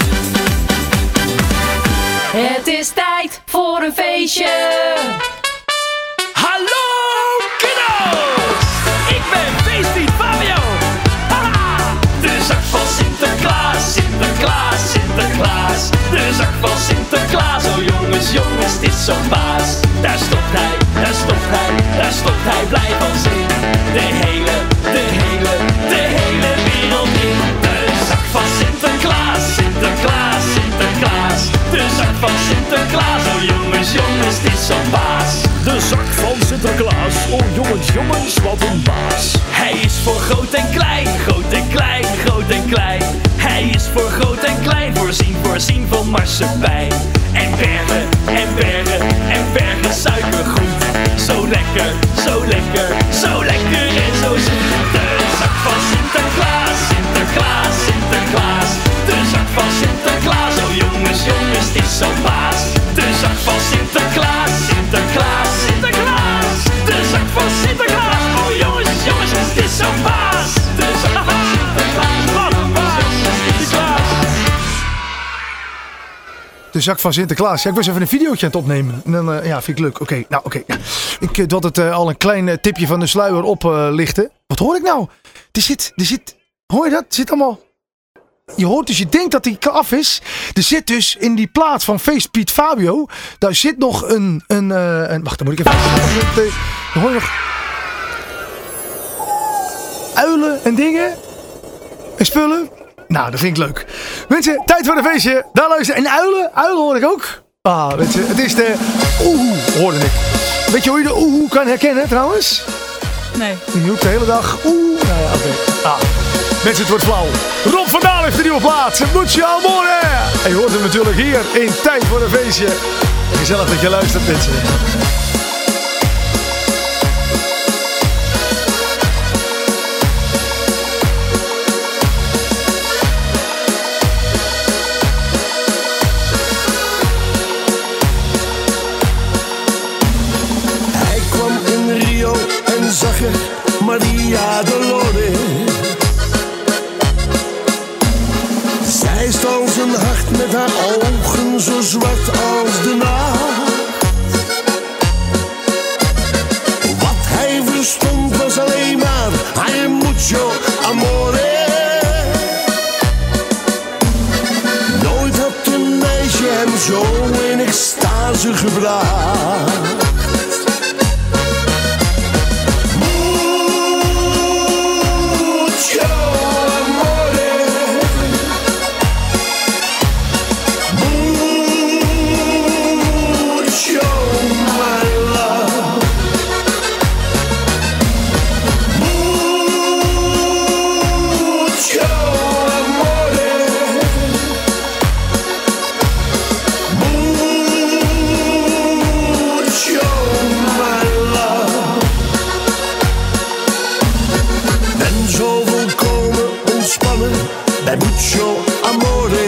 Het is tijd voor een feestje. Hallo kiddo's! Ik ben Feestpiet Fabio. Haha! De zak van Sinterklaas, Sinterklaas, Sinterklaas. De zak van Sinterklaas, oh jongens, jongens, het is zo'n baas. Daar stopt hij, daar stopt hij, daar stopt hij, blij van zin. De hele wereld in. De zak van Sinterklaas, Sinterklaas, Sinterklaas. De zak het is zo'n baas. De zak van Sinterklaas, oh jongens, jongens, wat een baas. Hij is voor groot en klein, groot en klein, groot en klein. Hij is voor groot en klein, voorzien, voorzien van marsepein. En bergen, en bergen, en bergen suikergoed. Zo lekker, zo lekker, zo lekker en zo zoet. De zak van Sinterklaas, Sinterklaas, Sinterklaas. De zak van Sinterklaas, oh jongens, jongens, het is zo'n baas. De zak van Sinterklaas, Sinterklaas, Sinterklaas. De zak van Sinterklaas, oh jongens, jongens, het is zo'n baas. De zak van Sinterklaas, wat een baas, Sinterklaas. De zak van Sinterklaas. Ja, ik was even een videootje aan het opnemen. En dan, ja, vind ik leuk. Oké. Ik wil het al een klein tipje van de sluier oplichten. Wat hoor ik nou? Er zit, hoor je dat? Er zit allemaal... Je hoort dus, je denkt dat hij af is. Er zit dus in die plaat van Feest Piet Fabio. Daar zit nog een wacht, dan moet ik even... Dan hoor je nog... Uilen en dingen. En spullen. Nou, dat vind ik leuk. Mensen, tijd voor een feestje. Daar luisteren. En uilen. Uilen hoor ik ook. Ah, weet je, het is de oehoe, hoorde ik. Weet je hoe je de oehoe kan herkennen trouwens? Nee. Die roept de hele dag oeh. Nou ja, oké. Ah. Mensen, het wordt flauw. Rob van Dalen heeft de nieuwe plaats. Mucho amore. En je hoort hem natuurlijk hier in Tijd voor een feestje. Gezellig dat je luistert, mensen. Hij kwam in Rio en zag er Maria Dolores. Zij stal zijn hart met haar ogen zo zwart als de nacht. Wat hij verstond was alleen maar hay mucho amore. Nooit had een meisje hem zo in extase gebracht. Bij mucho amore.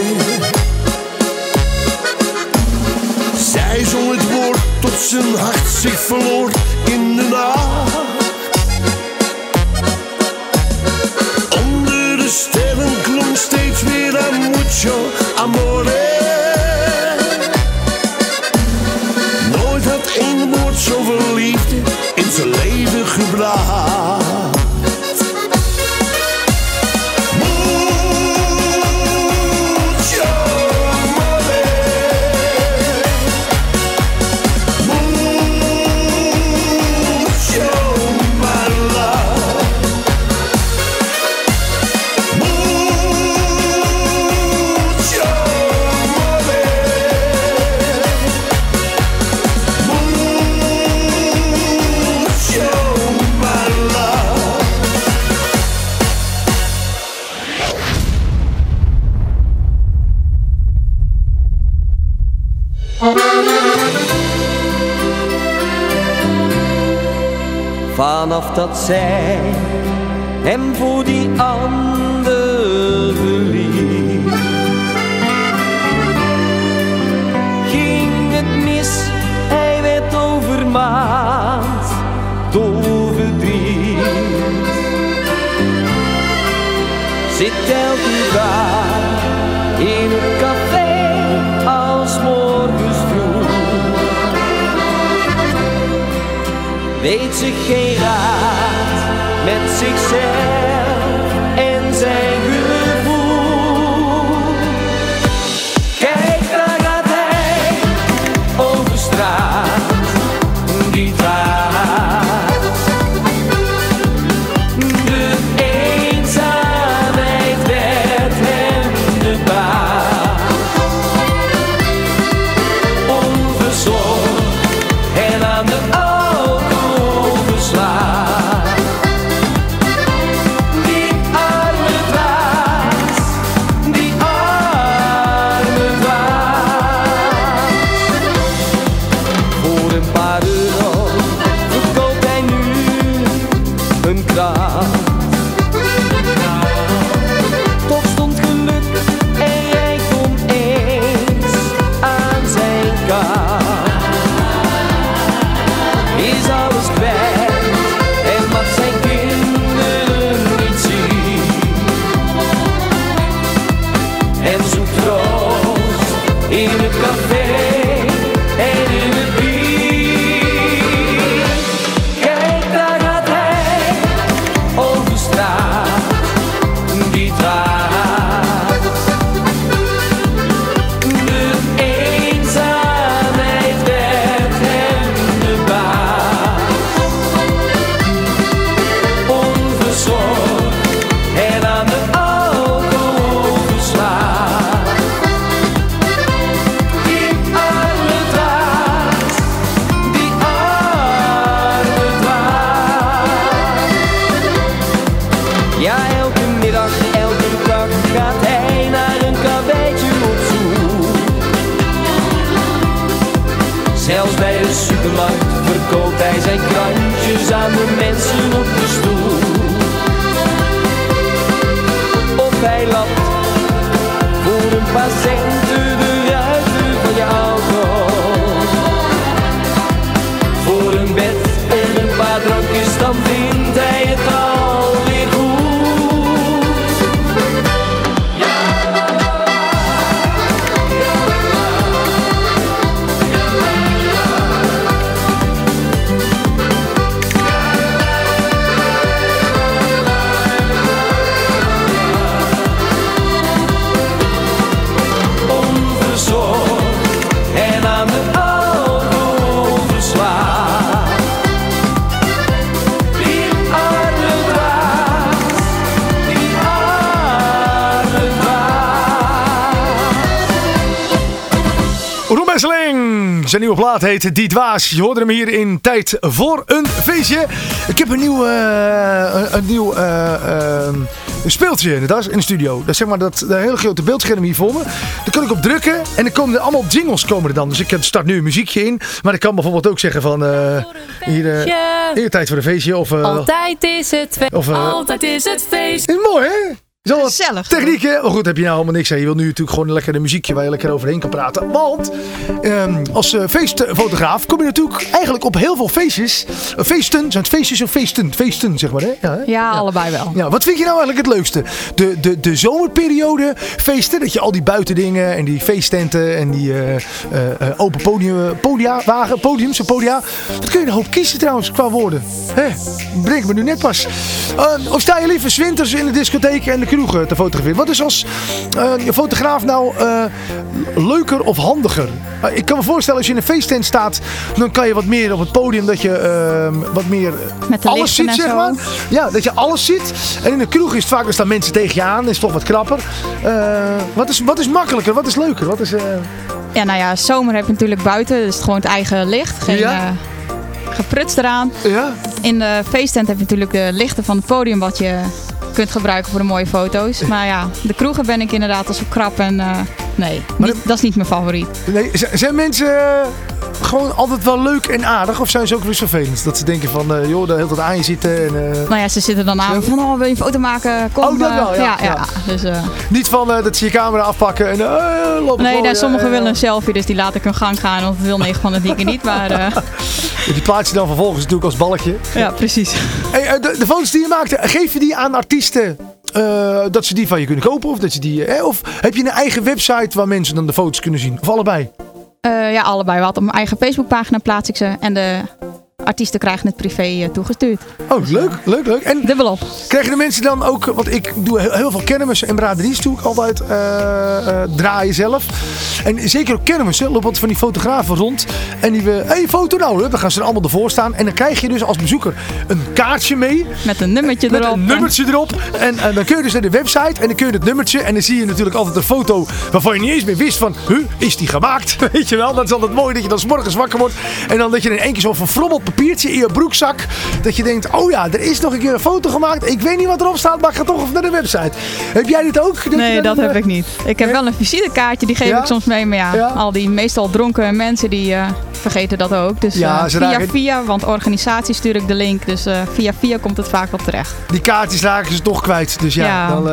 Zij zong het woord tot zijn hart zich verloor in de nacht. Onder de sterren klonk steeds weer aan mucho amore. Nooit had één woord zoveel liefde in zijn leven gebracht. Vanaf dat zij hem voor die ander verliet, ging het mis, hij werd overmaand door verdriet. Zit elke dag in het café als morgens vroeg, weet ze geen raad met zichzelf en zijn gevoel. Kijk, daar gaat hij over straat, die draad. De eenzaamheid werd hem de baas. Onverzorgd Zelfs bij de supermarkt verkoopt hij zijn krantjes aan de mensen op de stoel. Of hij lapt voor een paar centen de ruiten van je auto. Voor een bed en een paar drankjes, dan vindt hij het alweer goed. En aan de auto verslaafd. Die arme dwaas, die arme dwaas. Roem Besseling, zijn nieuwe plaat heet Die Dwaas. Je hoorde hem hier in Tijd voor een Feestje. Ik heb een nieuw speeltje in de studio. Dat is zeg maar dat hele grote beeldscherm hier voor me. Daar kan ik op drukken en dan komen er allemaal jingles komen er dan. Dus ik start nu een muziekje in. Maar ik kan bijvoorbeeld ook zeggen van hier Tijd voor een Feestje. Of, altijd is het feest. Altijd is het feest. Is mooi hè? Zo wat gezellig. Technieken. Maar goed, heb je nou helemaal niks aan. Je wil nu natuurlijk gewoon lekker een muziekje waar je lekker overheen kan praten. Want als feestfotograaf kom je natuurlijk eigenlijk op heel veel feestjes. Feesten. Zijn het feestjes of feesten? Feesten, zeg maar. Hè? Ja, allebei wel. Ja, wat vind je nou eigenlijk het leukste? De zomerperiode feesten. Dat je al die buitendingen en die feesttenten en die open podiums. Dat kun je een hoop kiezen trouwens qua woorden. Breng me nu net pas. Of sta je liever 's winters in de discotheek en de kroegen te fotograferen? Wat is als fotograaf nou leuker of handiger? Ik kan me voorstellen als je in een feesttent staat, dan kan je wat meer op het podium dat je wat meer met de alles ziet, zeg maar. Ja, dat je alles ziet. En in de kroeg is het vaak, er staan mensen tegen je aan, is toch wat krapper. Wat is makkelijker? Wat is leuker? Wat is, Ja, nou ja, zomer heb je natuurlijk buiten, dus gewoon het eigen licht. Geen gepruts eraan. Ja. In de feesttent heb je natuurlijk de lichten van het podium wat je kunt gebruiken voor de mooie foto's. Maar ja, de kroegen ben ik inderdaad al zo krap en nee, dat is niet mijn favoriet. Nee, zijn mensen gewoon altijd wel leuk en aardig of zijn ze ook weer eens vervelend? Dat ze denken van, joh, de hele tijd aan je zitten. En, nou ja, ze zitten dan aan van, wil je een foto maken? Kom, oh, dat wel, ja. Dus, niet van dat ze je camera afpakken en lopen. Nee, sommigen willen een selfie, dus die laat ik hun gang gaan. Want het wil 9 van de dikke niet, maar... Die plaats je dan vervolgens natuurlijk als balletje. Ja, precies. Hey, de foto's die je maakt, geef je die aan artiesten dat ze die van je kunnen kopen? Of, dat je die, of heb je een eigen website waar mensen dan de foto's kunnen zien? Of allebei? Ja, allebei. Op mijn eigen Facebookpagina plaats ik ze. En de artiesten krijgen het privé toegestuurd. Oh, leuk. En dubbelop. Krijgen de mensen dan ook, want ik doe heel veel kermissen en braderies doe ik altijd draaien zelf. En zeker ook kermissen lopen wat van die fotografen rond. En die foto nou, dan gaan ze er allemaal ervoor staan. En dan krijg je dus als bezoeker een kaartje mee. Met een nummertje erop. Met een nummertje erop. En dan kun je dus naar de website en dan kun je het nummertje. En dan zie je natuurlijk altijd een foto waarvan je niet eens meer wist van, is die gemaakt? Weet je wel, dat is altijd mooi dat je dan 's morgens wakker wordt. En dan dat je in één keer zo'n verfrommeld papiertje in je broekzak. Dat je denkt, oh ja, er is nog een keer een foto gemaakt. Ik weet niet wat erop staat, maar ik ga toch even naar de website. Heb jij dit ook? Nee, dat heb ik niet. Ik heb wel een visitekaartje, die geef ik soms mee. Maar ja, al die meestal dronken mensen die vergeten dat ook. Dus via, want organisatie stuur ik de link. Dus via komt het vaak wel terecht. Die kaartjes raken ze toch kwijt. Dus dan...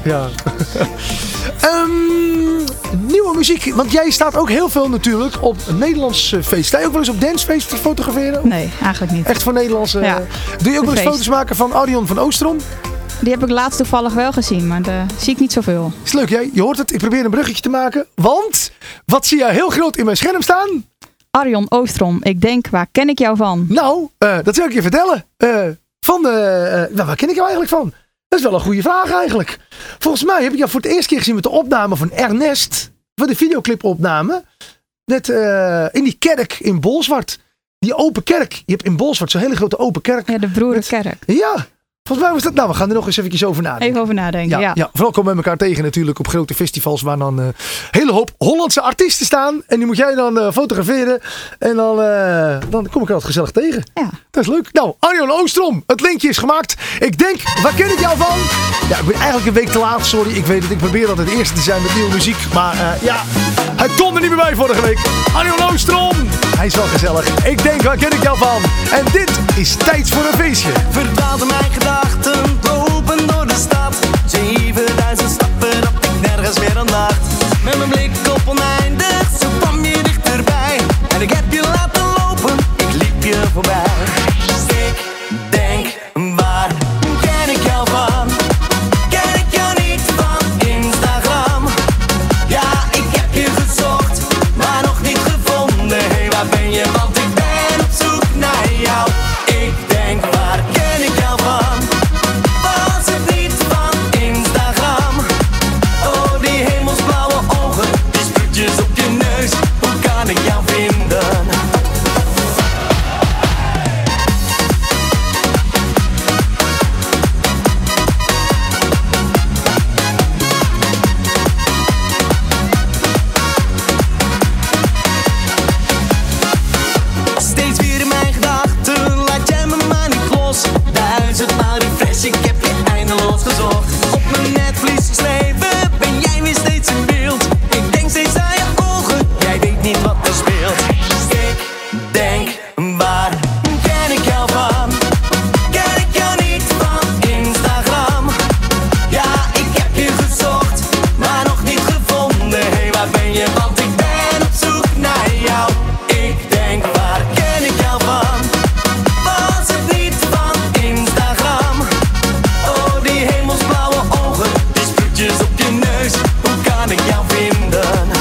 nieuwe muziek, want jij staat ook heel veel natuurlijk op een Nederlands feest. Sta je ook wel eens op dancefeest te fotograferen? Nee, eigenlijk niet. Echt voor Nederlandse... Doe je ook wel eens foto's maken van Arjan van Oostrom? Die heb ik laatst toevallig wel gezien, maar daar zie ik niet zoveel. Is leuk, jij? Je hoort het, ik probeer een bruggetje te maken. Want, wat zie je heel groot in mijn scherm staan? Arjan Oostrom, ik denk, waar ken ik jou van? Nou, dat zal ik je vertellen. Waar ken ik jou eigenlijk van? Dat is wel een goede vraag eigenlijk. Volgens mij heb ik jou voor het eerst keer gezien met de opname van Ernest. Voor de videoclipopname. Net in die kerk in Bolsward. Die open kerk. Je hebt in Bolsward zo'n hele grote open kerk. Ja, de Broederkerk. Ja. Volgens mij was dat... Nou, we gaan er nog eens even over nadenken. Even over nadenken, ja. Vooral komen we elkaar tegen natuurlijk op grote festivals waar dan een hele hoop Hollandse artiesten staan. En die moet jij dan fotograferen. En dan kom ik er altijd gezellig tegen. Ja. Dat is leuk. Nou, Arjan Oostrom. Het linkje is gemaakt. Ik denk, waar ken ik jou van? Ja, ik ben eigenlijk een week te laat, sorry. Ik weet het, ik probeer altijd het eerste te zijn met nieuwe muziek. Maar hij Hij kon er niet meer bij vorige week. Arjen Oostrom. Hij is wel gezellig. Ik denk, waar ken ik jou van? En dit is tijd voor een feestje. Verdwaalde mijn gedachten, lopen door de stad. 7000 stappen dat ik nergens meer aan dacht. Met mijn blik op oneindig, zo kwam je dichterbij. En ik heb je laten lopen, ik liep je voorbij. Ik denk, waar ken ik jou van? Ken ik jou niet van Instagram? Ja, ik heb je gezocht, maar nog niet gevonden. Hé, waar ben je? Want ik ben op zoek naar jou. Ik denk, waar ken ik jou van? Was het niet van Instagram? Oh, die hemelsblauwe ogen, die spuitjes op je neus. Hoe kan ik jou vinden? Steeds weer in mijn gedachten, laat jij me maar niet los. 1000 maal refresh, ik heb je eindeloos gezocht. Op mijn netvlies geschreven, ben jij weer steeds in beeld. Ik denk steeds aan je ogen, jij weet niet wat er speelt. Ik denk, waar ken ik jou van? Ken ik jou niet van Instagram? Ja, ik heb je gezocht, maar nog niet gevonden. Hé, waar ben je? Want ik ben op zoek naar jou. Ik denk, waar ken ik jou van? Was het niet van Instagram? Oh, die hemelsblauwe ogen, die spuitjes op je neus. Hoe kan ik jou vinden?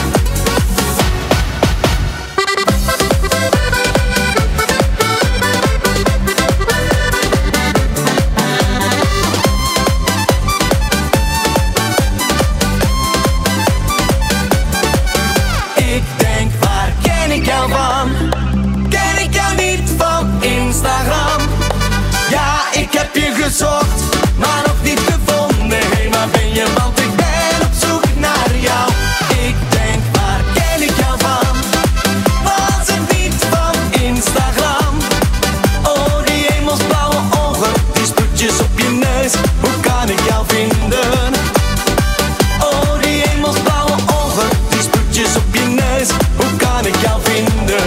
Ik denk, waar ken ik jou van? Ken ik jou niet van Instagram? Ja, ik heb je gezocht, maar nog niet gevonden. Hé, waar ben je? Want ik ben op zoek naar jou. Ik denk, waar ken ik jou van? Was het niet van Instagram? Oh, die hemelsblauwe ogen, die spuitjes op je neus. Hoe kan ik jou vinden? Oh, die hemelsblauwe ogen, die spuitjes op je neus. Hoe kan ik jou vinden?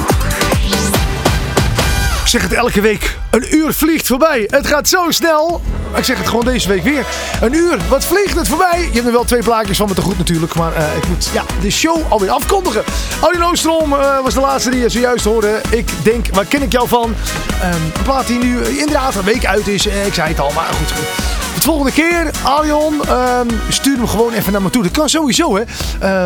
Ik zeg het elke week. Een uur vliegt voorbij. Het gaat zo snel. Ik zeg het gewoon deze week weer. Een uur. Wat vliegt het voorbij? Je hebt er wel 2 plaatjes van me te goed natuurlijk. Maar ik moet de show alweer afkondigen. Arjen Oostrom was de laatste die je zojuist hoorde. Ik denk, waar ken ik jou van? Een plaat die nu inderdaad een week uit is. Ik zei het al, maar goed. De volgende keer, Arjen, stuur hem gewoon even naar me toe. Dat kan sowieso, hè.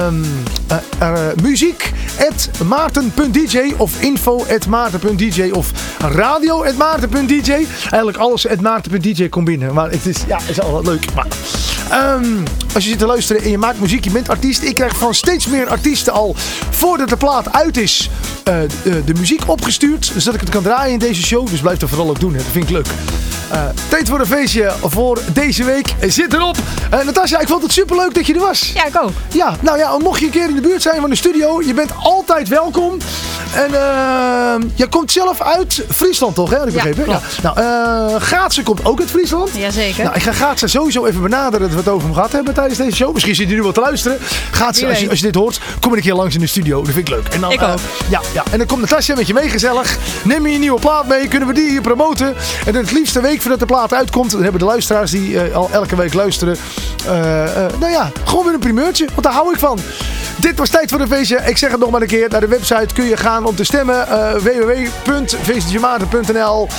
muziek@maarten.dj of info@maarten.dj of radio@maarten.dj. Eigenlijk alles @maarten.dj komt binnen. Maar het is al wat leuk. Maar, als je zit te luisteren en je maakt muziek, je bent artiest. Ik krijg van steeds meer artiesten al, voordat de plaat uit is, de muziek opgestuurd. Zodat ik het kan draaien in deze show. Dus blijf dat vooral ook doen. Hè. Dat vind ik leuk. Tijd voor een feestje voor deze week. Zit erop. Natasja, ik vond het superleuk dat je er was. Ja, ik ook. Ja, nou ja, mocht je een keer in de buurt zijn van de studio, je bent altijd welkom. En je komt zelf uit Friesland, toch? Hè? Had ik begrepen? Klopt. Ja. Nou, Gaatsen komt ook uit Friesland. Jazeker. Nou, ik ga Gaatsen sowieso even benaderen dat we het over hem gehad hebben tijdens deze show. Misschien zit hij nu wel te luisteren. Gaatsen, als je dit hoort, kom een keer langs in de studio. Dat vind ik leuk. En dan, ik ook. Ja. En dan komt Natasja met je mee, gezellig. Neem je een nieuwe plaat mee, kunnen we die hier promoten. En het liefste week voordat de plaat uitkomt, dan hebben de luisteraars die al elke week luisteren, gewoon weer een primeurtje. Want daar hou ik van. Dit was Tijd voor een feestje. Ik zeg het nog maar een keer. Naar de website kun je gaan om te stemmen. www.feestjemaarten.nl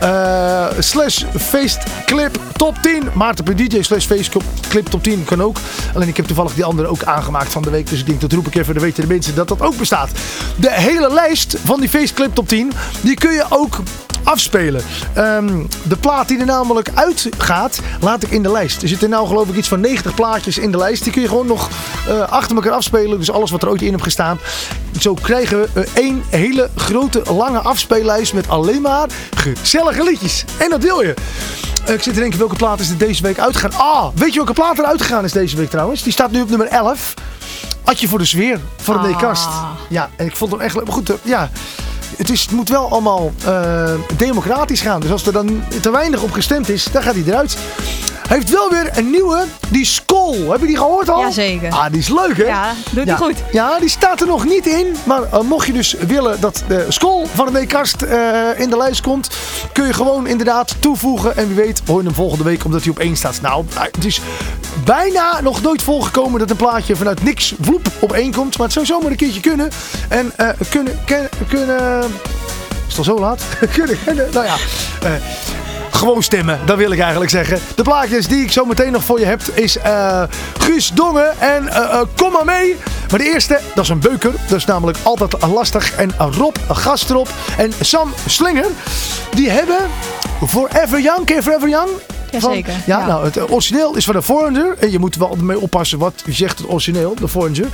/feestclip top 10. Maarten.dj/feestclip top 10 kan ook. Alleen ik heb toevallig die andere ook aangemaakt van de week. Dus ik denk dat roep ik even. Dan weten de mensen dat dat ook bestaat. De hele lijst van die feestclip top 10. Die kun je ook afspelen. De plaat die er namelijk uitgaat, laat ik in de lijst. Er zitten nou geloof ik iets van 90 plaatjes in de lijst. Die kun je gewoon nog achter elkaar afspelen. Dus alles wat er ooit in hebt gestaan. Zo krijgen we één hele grote lange afspeellijst met alleen maar gezellige liedjes. En dat wil je. Ik zit te denken, welke plaat is er deze week uitgegaan? Weet je welke plaat er uitgegaan is deze week trouwens? Die staat nu op nummer 11. Atje voor de sfeer van René Kast. Ja, en ik vond hem echt leuk. Maar goed, ja. Het moet wel allemaal democratisch gaan. Dus als er dan te weinig op gestemd is, dan gaat hij eruit. heeft wel weer een nieuwe, die Skol. Heb je die gehoord al? Jazeker. Ah, die is leuk, hè? Ja, doet hij goed. Ja, die staat er nog niet in. Maar mocht je dus willen dat de Skol van de weekkast in de lijst komt, kun je gewoon inderdaad toevoegen. En wie weet hoor je hem volgende week omdat hij op 1 staat. Nou, het is bijna nog nooit voorgekomen dat een plaatje vanuit niks vloep op 1 komt. Maar het zou zomaar een keertje kunnen. En kunnen... Is het al zo laat? kunnen, nou ja... Gewoon stemmen, dat wil ik eigenlijk zeggen. De plaatjes die ik zo meteen nog voor je heb is Guus Dongen en Kom maar mee. Maar de eerste, dat is een beuker. Dat is namelijk altijd lastig. En Rob Gastrop en Sam Slinger, die hebben Forever Young. Ken je Forever Young? Jazeker. Ja, nou, het origineel is van de Foreigner. En je moet er wel mee oppassen wat je zegt, het origineel, de Foreigner.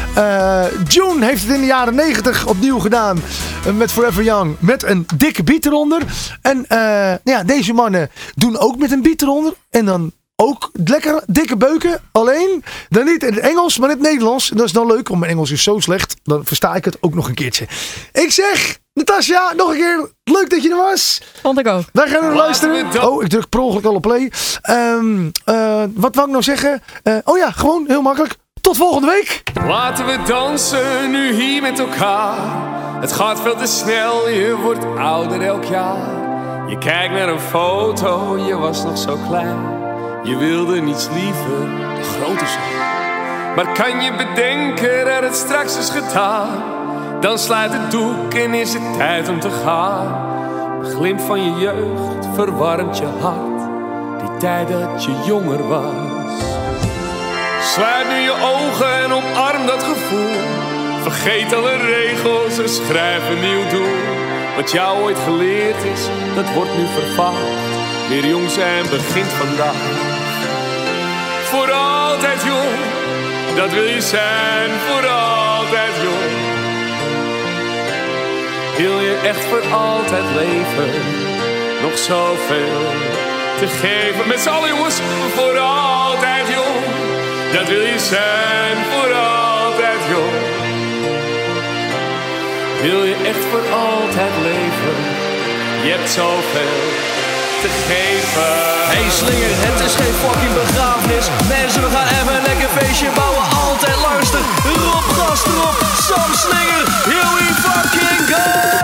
June heeft het in de jaren 90 opnieuw gedaan met Forever Young. Met een dikke beat eronder. En ja, deze mannen doen ook met een beat eronder. En dan ook lekker dikke beuken. Alleen, dan niet in het Engels, maar in het Nederlands. En dat is dan leuk, want mijn Engels is zo slecht. Dan versta ik het ook nog een keertje. Ik zeg... Natasja, nog een keer. Leuk dat je er was. Vond ik ook. Wij gaan er luisteren. Oh, ik druk per ongeluk al op play. Wat wou ik nou zeggen? Oh ja, gewoon heel makkelijk. Tot volgende week. Laten we dansen nu hier met elkaar. Het gaat veel te snel, je wordt ouder elk jaar. Je kijkt naar een foto, je was nog zo klein. Je wilde niets liever, de grote zijn. Maar kan je bedenken dat het straks is gedaan? Dan sluit het doek en is het tijd om te gaan. De glimp van je jeugd verwarmt je hart. Die tijd dat je jonger was. Sluit nu je ogen en omarm dat gevoel. Vergeet alle regels en schrijf een nieuw doel. Wat jou ooit geleerd is, dat wordt nu vervaagd. Weer jong zijn begint vandaag. Voor altijd jong, dat wil je zijn. Voor altijd jong. Wil je echt voor altijd leven? Nog zoveel te geven. Met z'n allen jongens, voor altijd jong. Dat wil je zijn, voor altijd jong. Wil je echt voor altijd leven? Je hebt zoveel te geven. Hey Slinger, het is geen fucking begrafenis. Mensen, we gaan even een lekker feestje bouwen. Altijd luister. Rob Gastrop, Sam Slinger. Here we fucking go!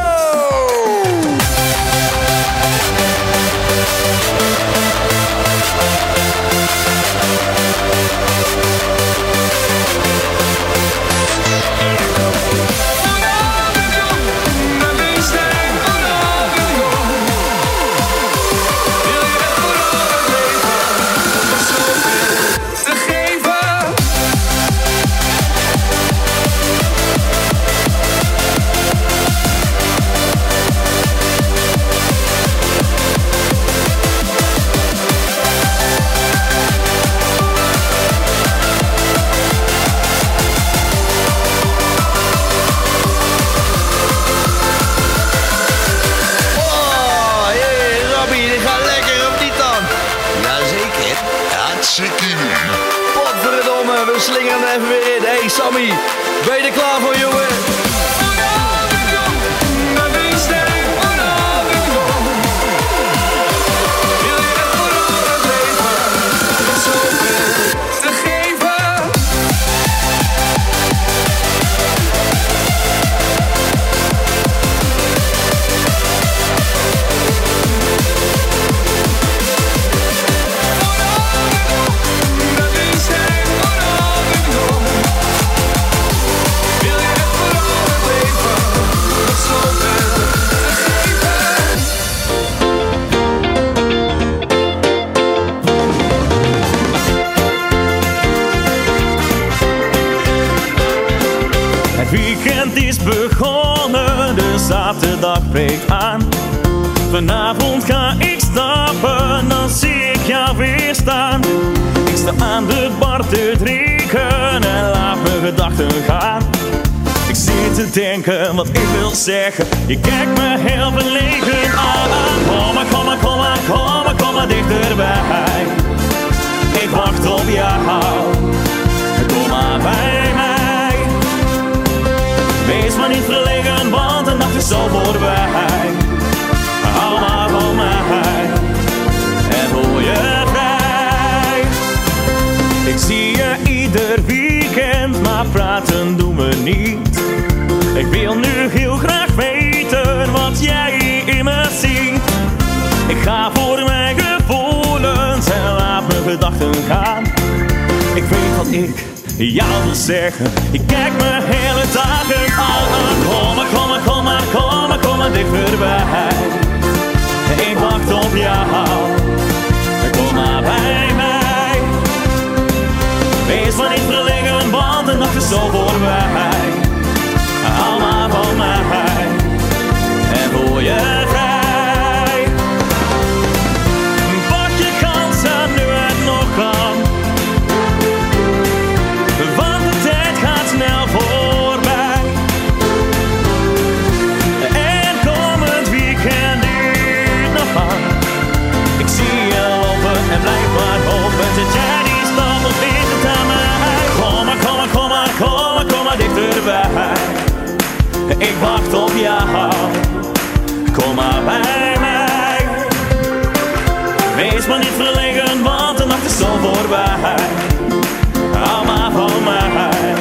Potverdomme, we slingeren hem even weer in. Hey Sammy, ben je er klaar voor, jongen? weekend is begonnen, de zaterdag breekt aan. Vanavond ga ik stappen, dan zie ik jou weer staan. Ik sta aan de bar te drinken en laat mijn gedachten gaan. Ik zit te denken wat ik wil zeggen, je kijkt me heel verlegen aan. Kom maar, kom maar, kom maar, kom maar, kom maar dichterbij. Ik wacht op jou, kom maar bij mij. Wees maar niet verlegen, want de nacht is zo voorbij. Hou maar van mij en voel je vrij. niet. Ik wil nu heel graag weten wat jij in me ziet. Ik ga voor mijn gevoelens en laat mijn gedachten gaan. Ik weet wat ik jou wil zeggen. Ik kijk me hele dagen aan. Kom maar dichterbij. Ik wacht op jou. Kom maar bij mij. Wees maar niet verlegen, want de nacht is zo voorbij. Hou maar van mij en voel je vrij. Pak je kansen nu het nog kan. Want de tijd gaat snel voorbij. En komend weekend duurt nog lang. Ik zie je lopen en blijf maar hopen dat jij die stap nog vindt aan mij. Kom maar dichterbij. Ik wacht op jou. Kom maar bij mij. Wees maar niet verlegen, want de nacht is zo voorbij. Hou maar van mij